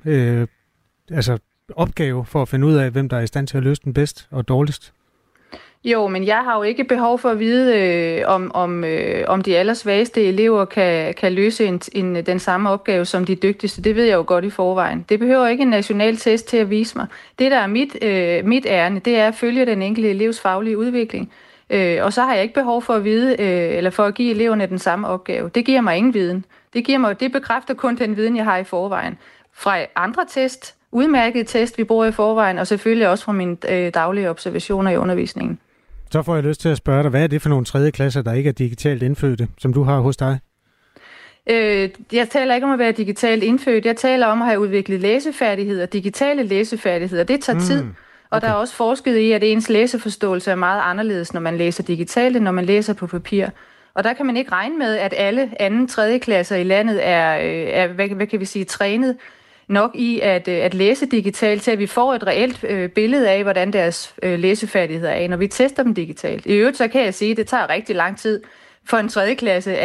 opgave for at finde ud af, hvem der er i stand til at løse den bedst og dårligst? Jo, men jeg har jo ikke behov for at vide, om de allersvageste elever kan løse den samme opgave som de dygtigste. Det ved jeg jo godt i forvejen. Det behøver ikke en national test til at vise mig. Det, der er mit ærne, det er at følge den enkelte elevs faglige udvikling. Og så har jeg ikke behov for at vide, eller for at give eleverne den samme opgave. Det giver mig ingen viden. Det bekræfter kun den viden, jeg har i forvejen. Fra andre test, udmærkede test, vi bruger i forvejen, og selvfølgelig også fra mine daglige observationer i undervisningen. Så får jeg lyst til at spørge dig, hvad er det for nogle 3. klasser, der ikke er digitalt indfødte, som du har hos dig? Jeg taler ikke om at være digitalt indfødt. Jeg taler om at have udviklet læsefærdigheder, digitale læsefærdigheder. Det tager tid, og der er også forsket i, at ens læseforståelse er meget anderledes, når man læser digitalt, end når man læser på papir. Og der kan man ikke regne med, at alle 2. 3. klasser i landet er hvad kan vi sige, trænet nok i at læse digitalt, til at vi får et reelt billede af, hvordan deres læsefærdigheder er, når vi tester dem digitalt. I øvrigt så kan jeg sige, at det tager rigtig lang tid for en 3. klasse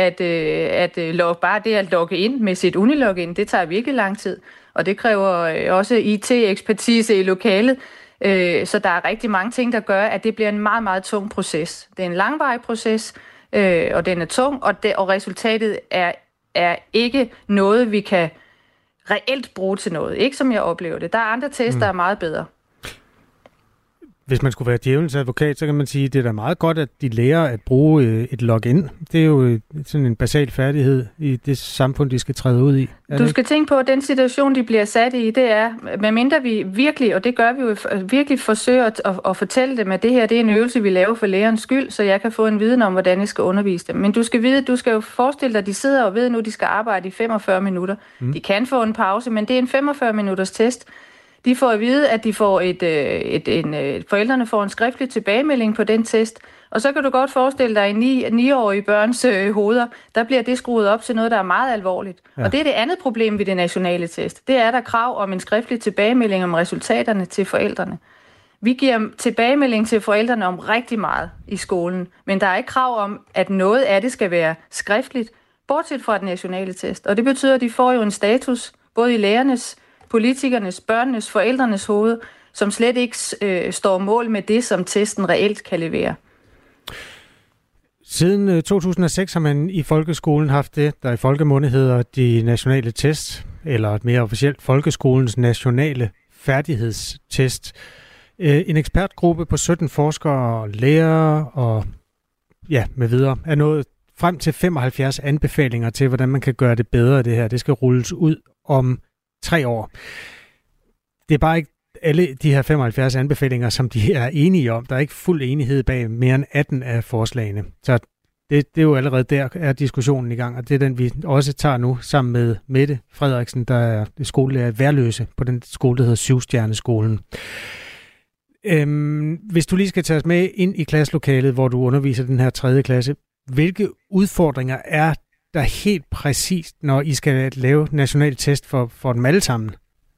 bare det at logge ind med sit unilogin, det tager virkelig lang tid. Og det kræver også IT-ekspertise i lokalet. Så der er rigtig mange ting, der gør, at det bliver en meget, meget tung proces. Det er en langvarig proces, og den er tung, og resultatet er ikke noget, vi kan reelt bruge til noget. Ikke som jeg oplever det. Der er andre tests, der er meget bedre. Hvis man skulle være djævelens advokat, så kan man sige, at det er da meget godt, at de lærer at bruge et login. Det er jo sådan en basal færdighed i det samfund, de skal træde ud i. Du skal tænke på, at den situation, de bliver sat i, det er, medmindre vi virkelig, og det gør vi jo, virkelig forsøger at fortælle dem, at det her det er en øvelse, vi laver for lærerens skyld, så jeg kan få en viden om, hvordan jeg skal undervise dem. Men du skal jo forestille dig, at de sidder og ved nu, de skal arbejde i 45 minutter. De kan få en pause, men det er en 45 minutters test. De får at vide, at de får forældrene får en skriftlig tilbagemelding på den test, og så kan du godt forestille dig, i 9-årige børns hoveder, der bliver det skruet op til noget, der er meget alvorligt. Ja. Og det er det andet problem ved det nationale test. Det er der krav om en skriftlig tilbagemelding om resultaterne til forældrene. Vi giver tilbagemelding til forældrene om rigtig meget i skolen, men der er ikke krav om, at noget af det skal være skriftligt bortset fra den nationale test. Og det betyder, at de får jo en status, både i lærernes, politikernes, børnenes, forældrenes hoved, som slet ikke står mål med det, som testen reelt kan levere. Siden 2006 har man i folkeskolen haft det, der i folkemunde hedder de nationale test, eller mere officielt folkeskolens nationale færdighedstest. En ekspertgruppe på 17 forskere og lærere og med videre er nået frem til 75 anbefalinger til, hvordan man kan gøre det bedre, det her. Det skal rulles ud om 3 år. Det er bare ikke alle de her 75 anbefalinger, som de er enige om. Der er ikke fuld enighed bag mere end 18 af forslagene. Så det er jo allerede der, er diskussionen i gang, og det er den, vi også tager nu sammen med Mette Frederiksen, der er skolelærer i Værløse på den skole, der hedder Syvstjerneskolen. Hvis du lige skal tage os med ind i klasselokalet, hvor du underviser den her 3. klasse, hvilke udfordringer er der helt præcist, når I skal lave national test for dem alle sammen?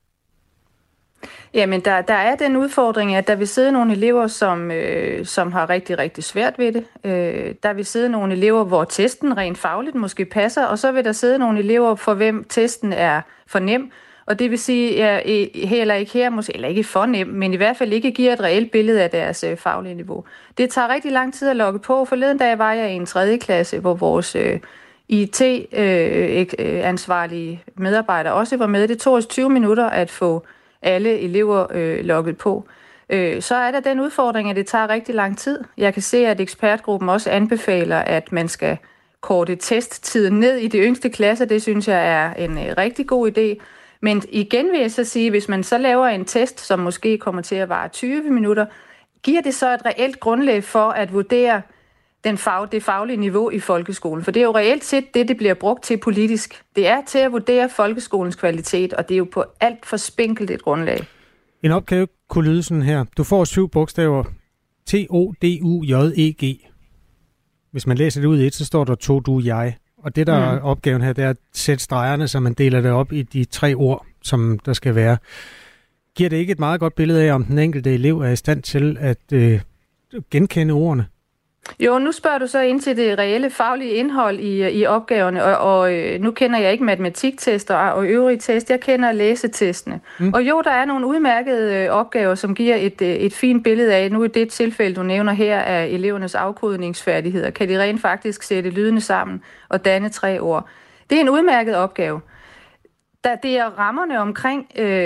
Jamen, der er den udfordring, at der vil sidde nogle elever, som har rigtig, rigtig svært ved det. Der vil sidde nogle elever, hvor testen rent fagligt måske passer, og så vil der sidde nogle elever, for hvem testen er for nem. Og det vil sige, at heller ikke her, måske, eller ikke for nem, men i hvert fald ikke giver et reelt billede af deres faglige niveau. Det tager rigtig lang tid at logge på. Forleden dag var jeg i en 3. klasse, hvor vores IT-ansvarlige medarbejdere også var med. Det tog os 20 minutter at få alle elever logget på. Så er der den udfordring, at det tager rigtig lang tid. Jeg kan se, at ekspertgruppen også anbefaler, at man skal korte testtiden ned i de yngste klasser. Det synes jeg er en rigtig god idé. Men igen vil jeg så sige, hvis man så laver en test, som måske kommer til at vare 20 minutter, giver det så et reelt grundlag for at vurdere det faglige niveau i folkeskolen? For det er jo reelt set det bliver brugt til politisk. Det er til at vurdere folkeskolens kvalitet, og det er jo på alt for spinkelt et grundlag. En opgave kunne lyde sådan her. Du får 7 bogstaver. T-O-D-U-J-E-G. Hvis man læser det ud i et, så står der to, du, jeg. Og det, der er opgaven her, det er at sætte stregerne, så man deler det op i de 3 ord, som der skal være. Giver det ikke et meget godt billede af, om den enkelte elev er i stand til at genkende ordene? Jo, nu spørger du så ind til det reelle faglige indhold i opgaverne, og nu kender jeg ikke matematiktester og øvrige test, jeg kender læsetestene. Og jo, der er nogle udmærkede opgaver, som giver et fint billede af, nu i det tilfælde, du nævner her, af elevernes afkodningsfærdigheder, kan de rent faktisk sætte lydene sammen og danne 3 ord. Det er en udmærket opgave. Det er rammerne omkring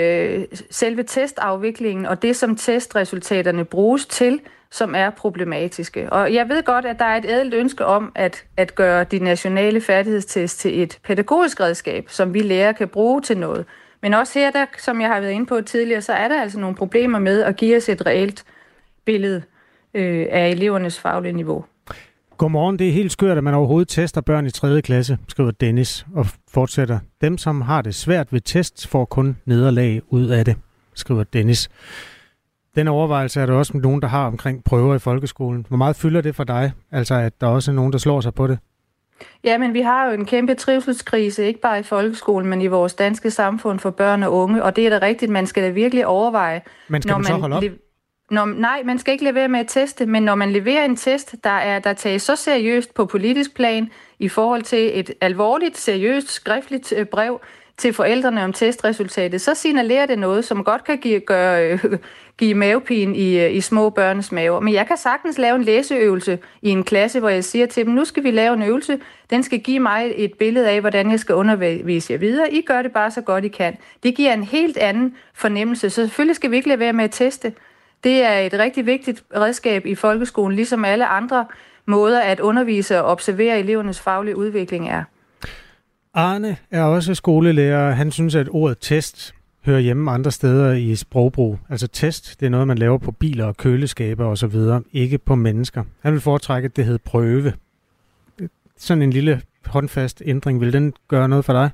selve testafviklingen og det, som testresultaterne bruges til, som er problematiske. Og jeg ved godt, at der er et ædelt ønske om at gøre de nationale færdighedstest til et pædagogisk redskab, som vi lærere kan bruge til noget. Men også her, der, som jeg har været inde på tidligere, så er der altså nogle problemer med at give os et reelt billede af elevernes faglige niveau. Godmorgen, det er helt skørt, at man overhovedet tester børn i 3. klasse, skriver Dennis, og fortsætter. Dem, som har det svært ved test, får kun nederlag ud af det, skriver Dennis. Den overvejelse er der også nogen, der har omkring prøver i folkeskolen. Hvor meget fylder det for dig? Altså, at der også er nogen, der slår sig på det? Ja, men vi har jo en kæmpe trivselskrise, ikke bare i folkeskolen, men i vores danske samfund for børn og unge. Og det er da rigtigt, man skal da virkelig overveje. Men skal man så holde op? Nej, man skal ikke lade være med at teste, men når man leverer en test, der tages så seriøst på politisk plan i forhold til et alvorligt, seriøst, skriftligt brev til forældrene om testresultatet, så signalerer det noget, som godt kan give mavepine i små børnes maver. Men jeg kan sagtens lave en læseøvelse i en klasse, hvor jeg siger til dem, nu skal vi lave en øvelse, den skal give mig et billede af, hvordan jeg skal undervise jer videre. I gør det bare så godt I kan. Det giver en helt anden fornemmelse, så selvfølgelig skal vi ikke lade være med at teste. Det er et rigtig vigtigt redskab i folkeskolen, ligesom alle andre måder at undervise og observere elevernes faglige udvikling er. Arne er også skolelærer. Han synes, at ordet test hører hjemme andre steder i sprogbrug. Altså test, det er noget, man laver på biler og køleskaber osv., ikke på mennesker. Han vil foretrække, at det hedder prøve. Sådan en lille håndfast ændring, vil den gøre noget for dig?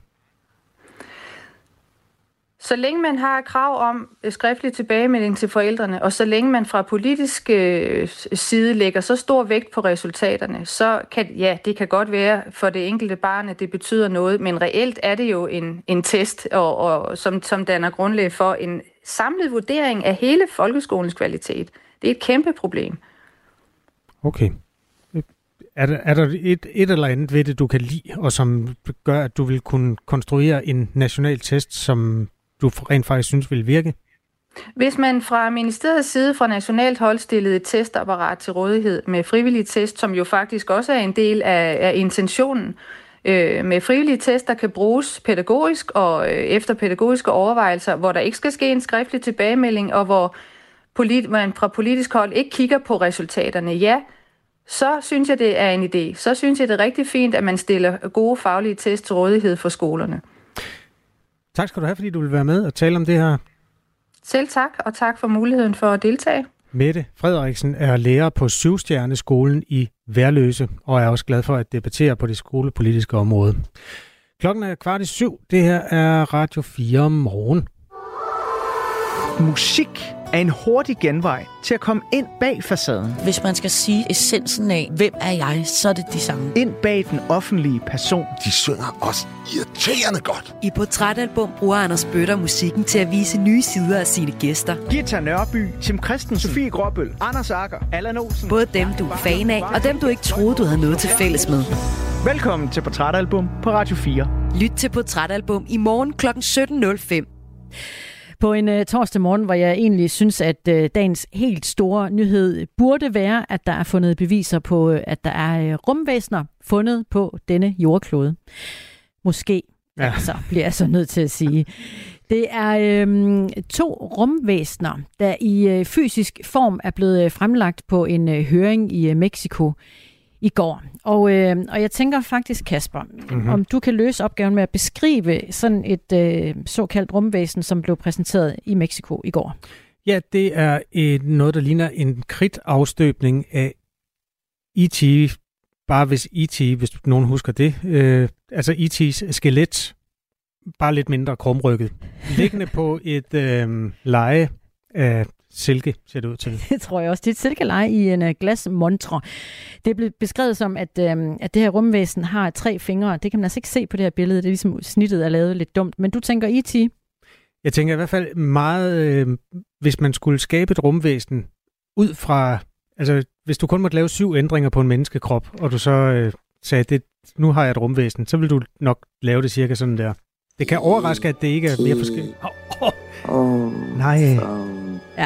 Så længe man har krav om skriftlig tilbagemelding til forældrene, og så længe man fra politisk side lægger så stor vægt på resultaterne, så kan det kan godt være for det enkelte barn, at det betyder noget, men reelt er det jo en test, og som danner grundlag for en samlet vurdering af hele folkeskolens kvalitet. Det er et kæmpe problem. Okay. Er der et eller andet ved det, du kan lide, og som gør, at du vil kunne konstruere en national test, som du rent faktisk synes vil virke? Hvis man fra ministeriets side fra nationalt hold stillede et testapparat til rådighed med frivillige test, som jo faktisk også er en del af intentionen, med frivillige test, der kan bruges pædagogisk og efter pædagogiske overvejelser, hvor der ikke skal ske en skriftlig tilbagemelding, og hvor man fra politisk hold ikke kigger på resultaterne, så synes jeg, det er en idé. Så synes jeg, det er rigtig fint, at man stiller gode faglige test til rådighed for skolerne. Tak skal du have, fordi du vil være med og tale om det her. Selv tak, og tak for muligheden for at deltage. Mette Frederiksen er lærer på Syvstjerneskolen i Værløse, og er også glad for at debattere på det skolepolitiske område. Klokken er 6:15. Det her er Radio 4 morgen. Musik er en hurtig genvej til at komme ind bag facaden. Hvis man skal sige essensen af, hvem er jeg, så er det de samme. Ind bag den offentlige person. De synger også irriterende godt. I Portrætalbum bruger Anders Bøtter musikken til at vise nye sider af sine gæster. Gita Nørby, Tim Christensen, Sofie Gråbøl, Anders Agger, Allan Olsen. Både dem, du er fan af, og dem, du ikke troede, du havde noget til fælles med. Velkommen til Portrætalbum på Radio 4. Lyt til Portrætalbum i morgen kl. 17.05. På en torsdag morgen, hvor jeg egentlig synes, at dagens helt store nyhed burde være, at der er fundet beviser på, at der er rumvæsener fundet på denne jordklode. Måske, altså, bliver jeg så nødt til at sige. Det er 2 rumvæsener, der i fysisk form er blevet fremlagt på en høring i Mexico i går. Og jeg tænker faktisk, Kasper, om du kan løse opgaven med at beskrive sådan et såkaldt rumvæsen, som blev præsenteret i Mexico i går. Ja, det er noget, der ligner en kridtafstøbning af E.T., bare hvis E.T., hvis nogen husker det. Altså E.T.'s skelet, bare lidt mindre krumrykket. Liggende på et leje af silke, ser det ud til. Det tror jeg også. Det er et silkeleje i en glasmontre. Det er blevet beskrevet som, at det her rumvæsen har 3 fingre. Det kan man altså ikke se på det her billede. Det er ligesom snittet er lavet lidt dumt. Men du tænker E.T.? Jeg tænker i hvert fald meget, hvis man skulle skabe et rumvæsen ud fra, altså hvis du kun måtte lave 7 ændringer på en menneskekrop, og du så sagde, nu har jeg et rumvæsen, så vil du nok lave det cirka sådan der. Det kan overraske, at det ikke er mere forskelligt. Nej. Ja.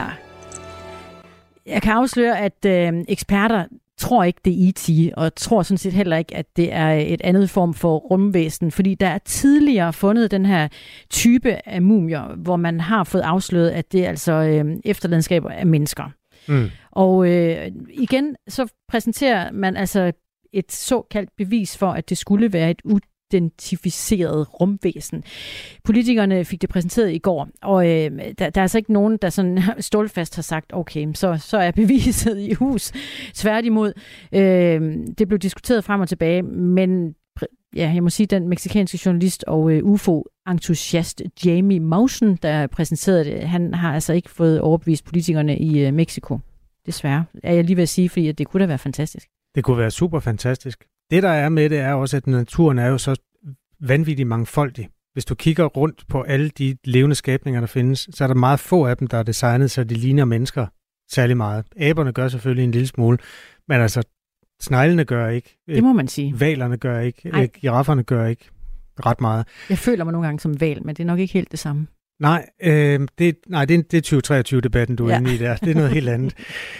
Jeg kan afsløre, at eksperter tror ikke, det er E.T., og tror sådan set heller ikke, at det er et andet form for rumvæsen, fordi der er tidligere fundet den her type af mumier, hvor man har fået afsløret, at det er altså efterladenskaber af mennesker. Og igen, så præsenterer man altså et såkaldt bevis for, at det skulle være et identificeret rumvæsen. Politikerne fik det præsenteret i går, og der er altså ikke nogen, der sådan stålfast har sagt, okay, så er beviset i hus. Tværtimod, det blev diskuteret frem og tilbage, men ja, jeg må sige, den mexikanske journalist og UFO-entusiast Jamie Mausen, der præsenterede det, han har altså ikke fået overbevist politikerne i Mexico. Desværre, er jeg lige ved at sige, fordi det kunne da være fantastisk. Det kunne være super fantastisk. Det, der er med det, er også, at naturen er jo så vanvittigt mangfoldig. Hvis du kigger rundt på alle de levende skabninger, der findes, så er der meget få af dem, der er designet, så de ligner mennesker særlig meget. Aberne gør selvfølgelig en lille smule, men altså, sneglene gør ikke. Det må man sige. Hvalerne gør ikke. Girafferne gør ikke ret meget. Jeg føler mig nogle gange som hval, men det er nok ikke helt det samme. Nej, det er 2023-debatten, du er inde i der. Det er noget helt andet.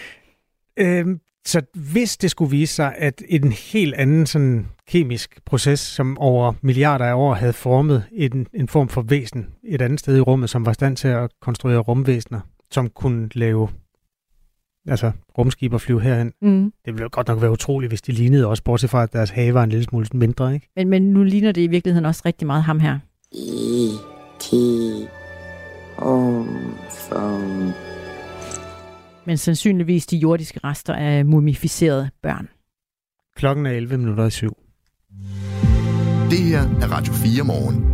Så hvis det skulle vise sig, at en helt anden sådan kemisk proces, som over milliarder af år havde formet en form for væsen et andet sted i rummet, som var i stand til at konstruere rumvæsener, som kunne lave rumskib og flyve herhen. Det ville godt nok være utroligt, hvis de lignede også, bortset fra, at deres have var en lille smule mindre, ikke? Men nu ligner det i virkeligheden også rigtig meget ham her. Men sandsynligvis de jordiske rester af mumificerede børn. Klokken er 11:07. Det her er Radio 4 morgen.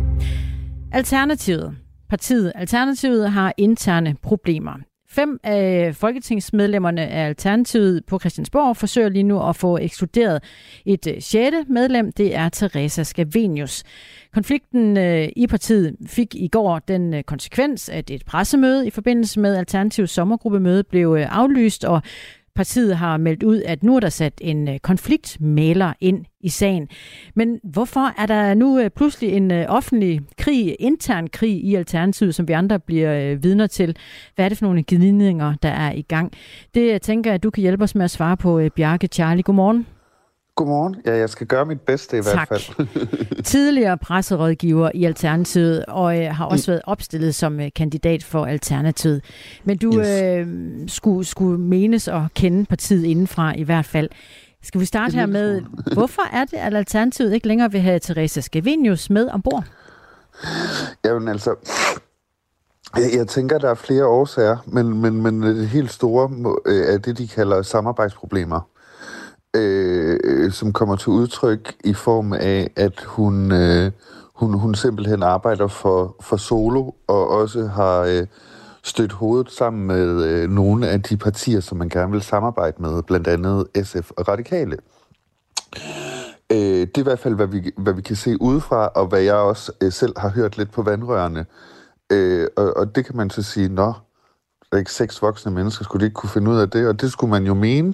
Partiet Alternativet har interne problemer. 5 af folketingsmedlemmerne af Alternativet på Christiansborg forsøger lige nu at få ekskluderet et 6. medlem. Det er Teresa Scavenius. Konflikten i partiet fik i går den konsekvens, at et pressemøde i forbindelse med Alternativets sommergruppemøde blev aflyst, og partiet har meldt ud, at nu er der sat en konfliktmægler ind i sagen. Men hvorfor er der nu pludselig en offentlig krig, intern krig i Alternativet, som vi andre bliver vidner til? Hvad er det for nogle gnidninger, der er i gang? Det tænker jeg, at du kan hjælpe os med at svare på, Bjarke Charlie. Godmorgen. Godmorgen. Ja, jeg skal gøre mit bedste i hvert fald. Tidligere presserådgiver i Alternativet, og har også været opstillet som kandidat for Alternativet. Men du skulle menes at kende partiet indenfra i hvert fald. Skal vi starte her med, hvorfor er det, at Alternativet ikke længere vil have Theresa Scavenius med ombord? Jamen altså, jeg tænker, der er flere årsager, men det helt store er det, de kalder samarbejdsproblemer. Som kommer til udtryk i form af, at hun simpelthen arbejder for solo, og også har stødt hovedet sammen med nogle af de partier, som man gerne vil samarbejde med, blandt andet SF og Radikale. Det er i hvert fald, hvad vi kan se udefra, og hvad jeg også selv har hørt lidt på vandrørene. Og det kan man så sige, der er ikke 6 voksne mennesker, skulle de ikke kunne finde ud af det, og det skulle man jo mene,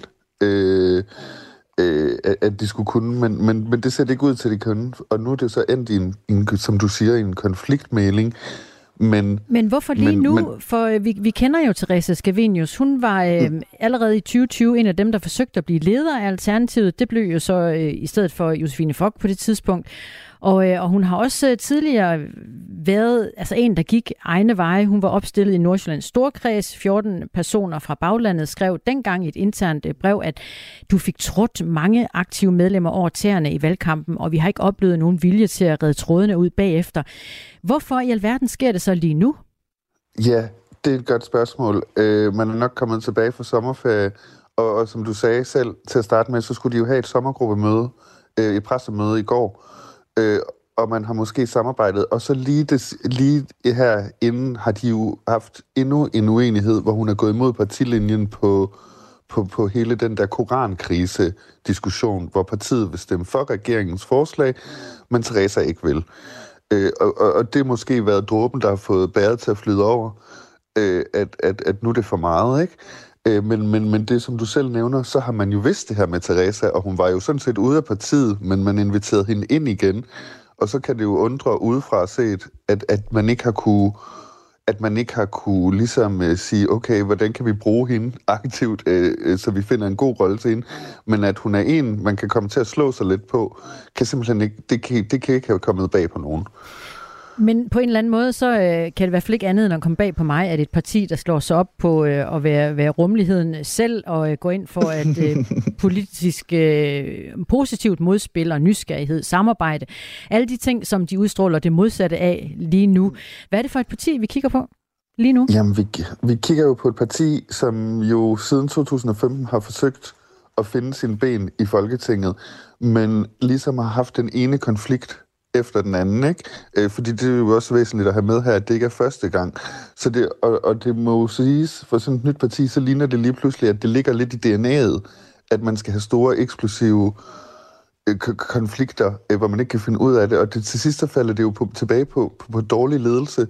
at de skulle kunne, men det ser det ikke ud til, at de kunne. Og nu er det så endt i en, som du siger, en konfliktmægling. Men hvorfor lige nu? For vi kender jo Theresa Scavenius. Hun var allerede i 2020 en af dem, der forsøgte at blive leder af Alternativet. Det blev jo så i stedet for Josefine Fock på det tidspunkt. Og hun har også tidligere været en, der gik egne veje. Hun var opstillet i Nordsjællands Storkreds. 14 personer fra baglandet skrev dengang i et internt brev, at du fik trådt mange aktive medlemmer over tæerne i valgkampen, og vi har ikke oplevet nogen vilje til at redde trådene ud bagefter. Hvorfor i alverden sker det så lige nu? Ja, det er et godt spørgsmål. Man er nok kommet tilbage fra sommerferie, og som du sagde selv til at starte med, så skulle de jo have et sommergruppemøde, et pressemøde i går. Og man har måske samarbejdet, og så lige her inden har de jo haft endnu en uenighed, hvor hun er gået imod partilinjen på hele den der korankrise-diskussion, hvor partiet vil stemme for regeringens forslag, men Theresa ikke vil. Og det har måske været dråben, der har fået bæret til at flyde over, at nu er det for meget, ikke? Men det, som du selv nævner, så har man jo vidst det her med Theresa, og hun var jo sådan set ude af partiet, men man inviterede hende ind igen. Og så kan det jo undre udefra set, at man ikke har kunne ligesom sige, okay, hvordan kan vi bruge hende aktivt, så vi finder en god rolle til hende. Men at hun er en, man kan komme til at slå sig lidt på, kan simpelthen ikke, det kan ikke have kommet bag på nogen. Men på en eller anden måde, så kan det i hvert fald ikke andet end at komme bag på mig, at et parti, der slår sig op på at være rummeligheden selv og gå ind for at politisk positivt modspil og nysgerrighed, samarbejde, alle de ting, som de udstråler det modsatte af lige nu. Hvad er det for et parti, vi kigger på lige nu? Jamen, vi kigger jo på et parti, som jo siden 2015 har forsøgt at finde sine ben i Folketinget, men ligesom har haft den ene konflikt efter den anden, ikke? Fordi det er jo også væsentligt at have med her, at det ikke er første gang. Så det må jo siges, for sådan et nyt parti, så ligner det lige pludselig, at det ligger lidt i DNA'et, at man skal have store, eksplosive konflikter, hvor man ikke kan finde ud af det. Og det, til sidst så falder det jo tilbage på dårlig ledelse,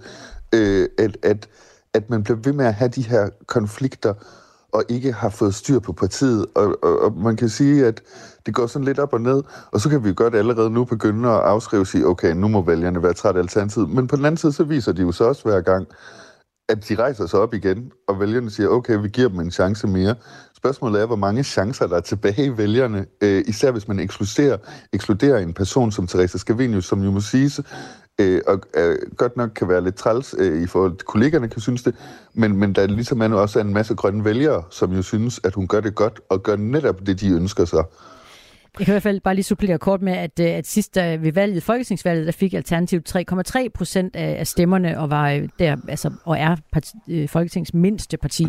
at man bliver ved med at have de her konflikter, og ikke har fået styr på partiet. Og man kan sige, at det går sådan lidt op og ned, og så kan vi jo godt allerede nu begynde at afskrive og sige, okay, nu må vælgerne være træt af Alternativet. Men på den anden side, så viser de jo så også hver gang, at de rejser sig op igen, og vælgerne siger, okay, vi giver dem en chance mere. Spørgsmålet er, hvor mange chancer der er tilbage i vælgerne, især hvis man ekskluderer en person som Theresa Scavenius, som jo må siges, og godt nok kan være lidt træls i forhold til kollegerne kan synes det, men der ligesom er nu også en masse grønne vælgere, som jo synes, at hun gør det godt, og gør netop det, de ønsker sig. Jeg kan i hvert fald bare lige supplere kort med, at sidst ved valget, folketingsvalget, der fik Alternativet 3,3% af stemmerne, og var der, og er Folketingets mindste parti.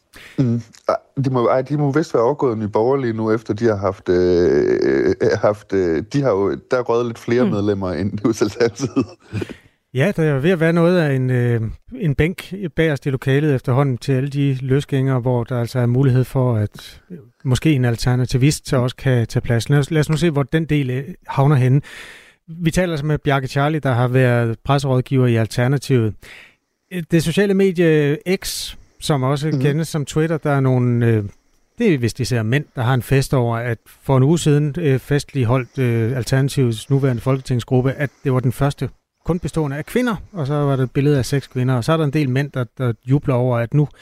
De må vist være overgået Nye Borgerlige nu, efter de har haft de har jo, der er røget lidt flere medlemmer end hos Alternativet. Ja, der er ved at være noget af en bænk bagerst i lokalet efterhånden til alle de løsgængere, hvor der altså er mulighed for, at måske en alternativist så også kan tage plads. Lad os nu se, hvor den del havner henne. Vi taler altså med Bjarke Charlie, der har været presserådgiver i Alternativet. Det sociale medie X, som også kendes som Twitter, der er nogle det er, hvis de ser mænd, der har en fest over, at for en uge siden festlig holdt Alternativets nuværende folketingsgruppe, at det var den første kun bestående af kvinder, og så var der et billede af 6 kvinder, og så er der en del mænd, der jubler over, at nu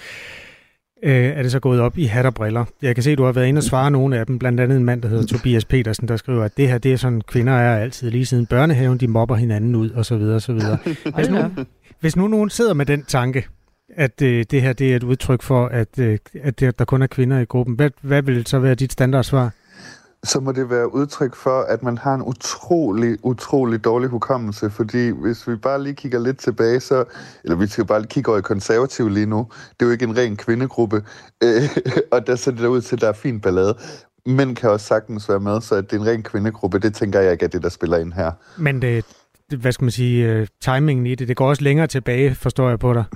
er det så gået op i hat og briller. Jeg kan se, at du har været inde og svare nogle af dem, blandt andet en mand, der hedder Tobias Petersen, der skriver, at det her, det er sådan, kvinder er altid lige siden børnehaven, de mobber hinanden ud, og så videre, og så videre. Hvis nu nogen sidder med den tanke, at det her, det er et udtryk for, at der kun er kvinder i gruppen, hvad vil så være dit standardsvar? Så må det være udtryk for, at man har en utrolig dårlig hukommelse, fordi hvis vi bare lige kigger lidt tilbage, eller vi skal bare kigge over i konservativ lige nu, det er jo ikke en ren kvindegruppe, og der ser det der ud til, at der er fin ballade. Mænd kan også sagtens være med, så at det er en ren kvindegruppe, det tænker jeg ikke er det, der spiller ind her. Men hvad skal man sige, timingen i det går også længere tilbage, forstår jeg på dig.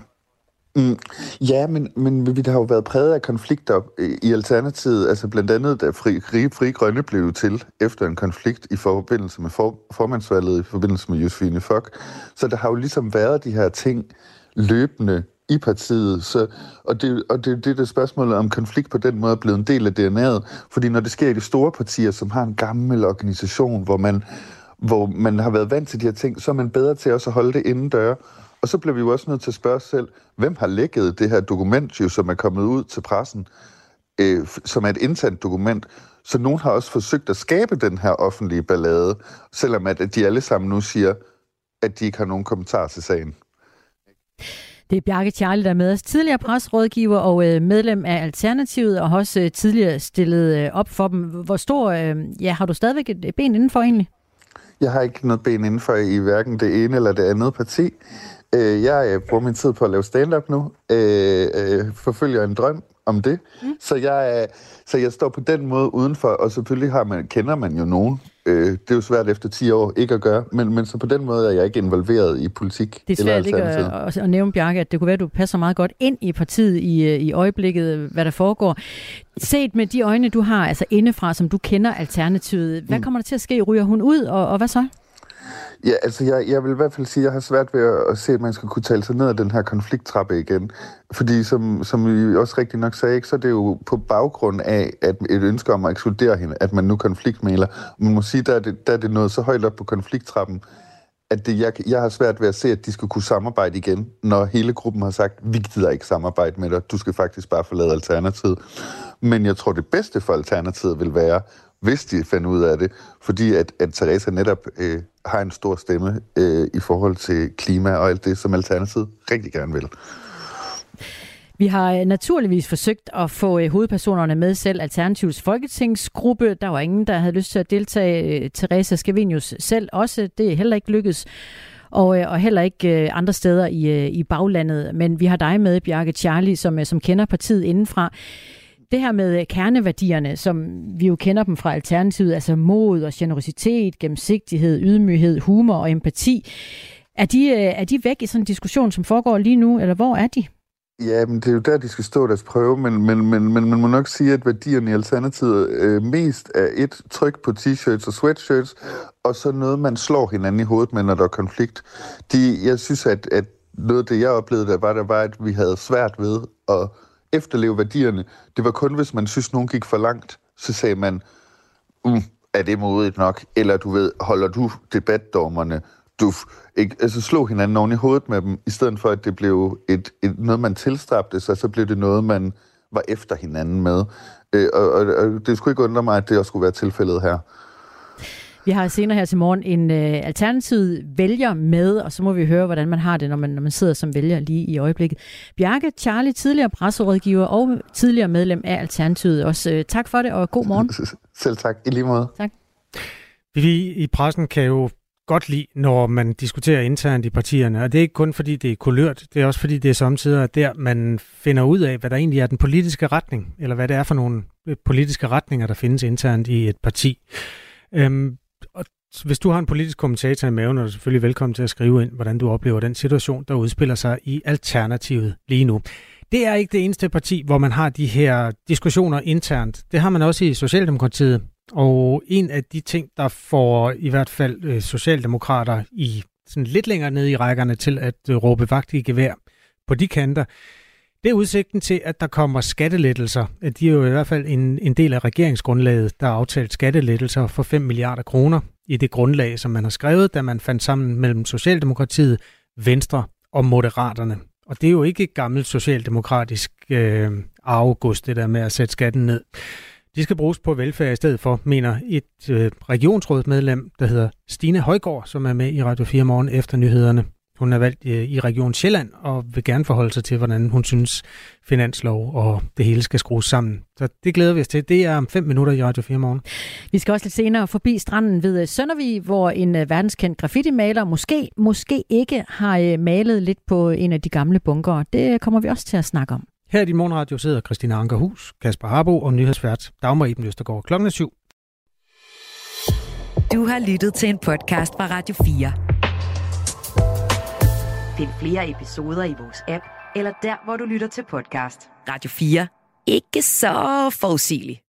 Ja, men vi har jo været præget af konflikter i Alternativet, altså blandt andet, da Fri Grønne blev til efter en konflikt i forbindelse med formandsvalget, i forbindelse med Josefine Fock. Så der har jo ligesom været de her ting løbende i partiet, og det er spørgsmålet om konflikt på den måde er blevet en del af DNA'et, fordi når det sker i de store partier, som har en gammel organisation, hvor man har været vant til de her ting, så er man bedre til også at holde det indendøre. Og så bliver vi jo også nødt til at spørge os selv, hvem har lækket det her dokument, som er kommet ud til pressen, som er et internt dokument. Så nogen har også forsøgt at skabe den her offentlige ballade, selvom at de alle sammen nu siger, at de ikke har nogen kommentar til sagen. Det er Bjarke Charlie, der er med os. Tidligere presrådgiver og medlem af Alternativet, og også tidligere stillet op for dem. Hvor stor, har du stadigvæk et ben indenfor egentlig? Jeg har ikke noget ben indenfor i hverken det ene eller det andet parti. Jeg bruger min tid på at lave stand-up nu. Forfølger en drøm om det. Så jeg står på den måde udenfor, og selvfølgelig kender man jo nogen. Det er jo svært efter 10 år ikke at gøre, men så på den måde er jeg ikke involveret i politik. Det er svært ikke at nævne, Bjarke, at det kunne være, at du passer meget godt ind i partiet i øjeblikket, hvad der foregår. Set med de øjne, du har, altså indefra, som du kender Alternativet, hvad kommer der til at ske? Ryger hun ud, og hvad så? Ja, altså jeg vil i hvert fald sige, at jeg har svært ved at se, at man skal kunne tale sig ned af den her konflikttrappe igen. Fordi som vi også rigtig nok sagde, så er det jo på baggrund af at et ønske om at ekskludere hende, at man nu konfliktmæler. Man må sige, der er det nået så højt op på konflikttrappen, at jeg har svært ved at se, at de skal kunne samarbejde igen, når hele gruppen har sagt, vi gider ikke samarbejde med dig, du skal faktisk bare forlade Alternativet. Men jeg tror, det bedste for Alternativet vil være, hvis de finder ud af det, fordi at Theresa netop har en stor stemme i forhold til klima og alt det, som Alternativet rigtig gerne vil. Vi har naturligvis forsøgt at få hovedpersonerne med selv. Alternativets folketingsgruppe, der var ingen, der havde lyst til at deltage. Theresa Scavenius selv også, det er heller ikke lykkedes. Og heller ikke andre steder i baglandet. Men vi har dig med, Bjarke Charlie, som kender partiet indenfra. Det her med kerneværdierne, som vi jo kender dem fra Alternativet, altså mod og generøsitet, gennemsigtighed, ydmyghed, humor og empati. Er de væk i sådan en diskussion, som foregår lige nu, eller hvor er de? Ja, men det er jo der, de skal stå deres prøve, men man må nok sige, at værdierne i Alternativet mest er et tryk på t-shirts og sweatshirts, og så noget, man slår hinanden i hovedet med, når der er konflikt. Jeg synes, at noget af det, jeg oplevede, der var, at vi havde svært ved at efterleve værdierne. Det var kun, hvis man synes, nogen gik for langt, så sagde man, er det modigt nok? Eller du ved, holder du debatdommerne? Altså slå hinanden oven i hovedet med dem, i stedet for, at det blev noget, man tilstræbte sig, så blev det noget, man var efter hinanden med. Og det skulle ikke undre mig, at det også skulle være tilfældet her. Vi har senere her til morgen en Alternativet vælger med, og så må vi høre, hvordan man har det, når man sidder som vælger lige i øjeblikket. Bjarke Charlie, tidligere presserådgiver og tidligere medlem af Alternativet. Også tak for det, og god morgen. Selv tak, i lige måde. Tak. Vi i pressen kan jo godt lide, når man diskuterer internt i partierne, og det er ikke kun fordi, det er kulørt, det er også fordi, det er samtidig der, man finder ud af, hvad der egentlig er den politiske retning, eller hvad det er for nogle politiske retninger, der findes internt i et parti. Og hvis du har en politisk kommentator i maven, er du selvfølgelig velkommen til at skrive ind, hvordan du oplever den situation, der udspiller sig i Alternativet lige nu. Det er ikke det eneste parti, hvor man har de her diskussioner internt. Det har man også i Socialdemokratiet. Og en af de ting, der får i hvert fald socialdemokrater i sådan lidt længere nede i rækkerne til at råbe vagt i gevær på de kanter, Det er udsigten til, at der kommer skattelettelser. De er jo i hvert fald en del af regeringsgrundlaget, der har aftalt skattelettelser for 5 milliarder kroner i det grundlag, som man har skrevet, da man fandt sammen mellem Socialdemokratiet, Venstre og Moderaterne. Og det er jo ikke et gammelt socialdemokratisk arvegods, det der med at sætte skatten ned. De skal bruges på velfærd i stedet for, mener et regionsrådsmedlem, der hedder Stine Højgaard, som er med i Radio 4 Morgen efter nyhederne. Hun er valgt i Region Sjælland og vil gerne forholde sig til, hvordan hun synes finanslov og det hele skal skrues sammen. Så det glæder vi os til. Det er om 5 minutter i Radio 4 Morgen. Vi skal også lidt senere forbi stranden ved Søndervig, hvor en verdenskendt graffiti-maler måske ikke har malet lidt på en af de gamle bunkere. Det kommer vi også til at snakke om. Her i din morgenradio sidder Christina Ankerhus, Kasper Harbo og nyhedsvært Dagmar Iben Østergaard. Klokken er 7. Du har lyttet til en podcast fra Radio 4. Find flere episoder i vores app, eller der, hvor du lytter til podcast. Radio 4. Ikke så forudsigeligt.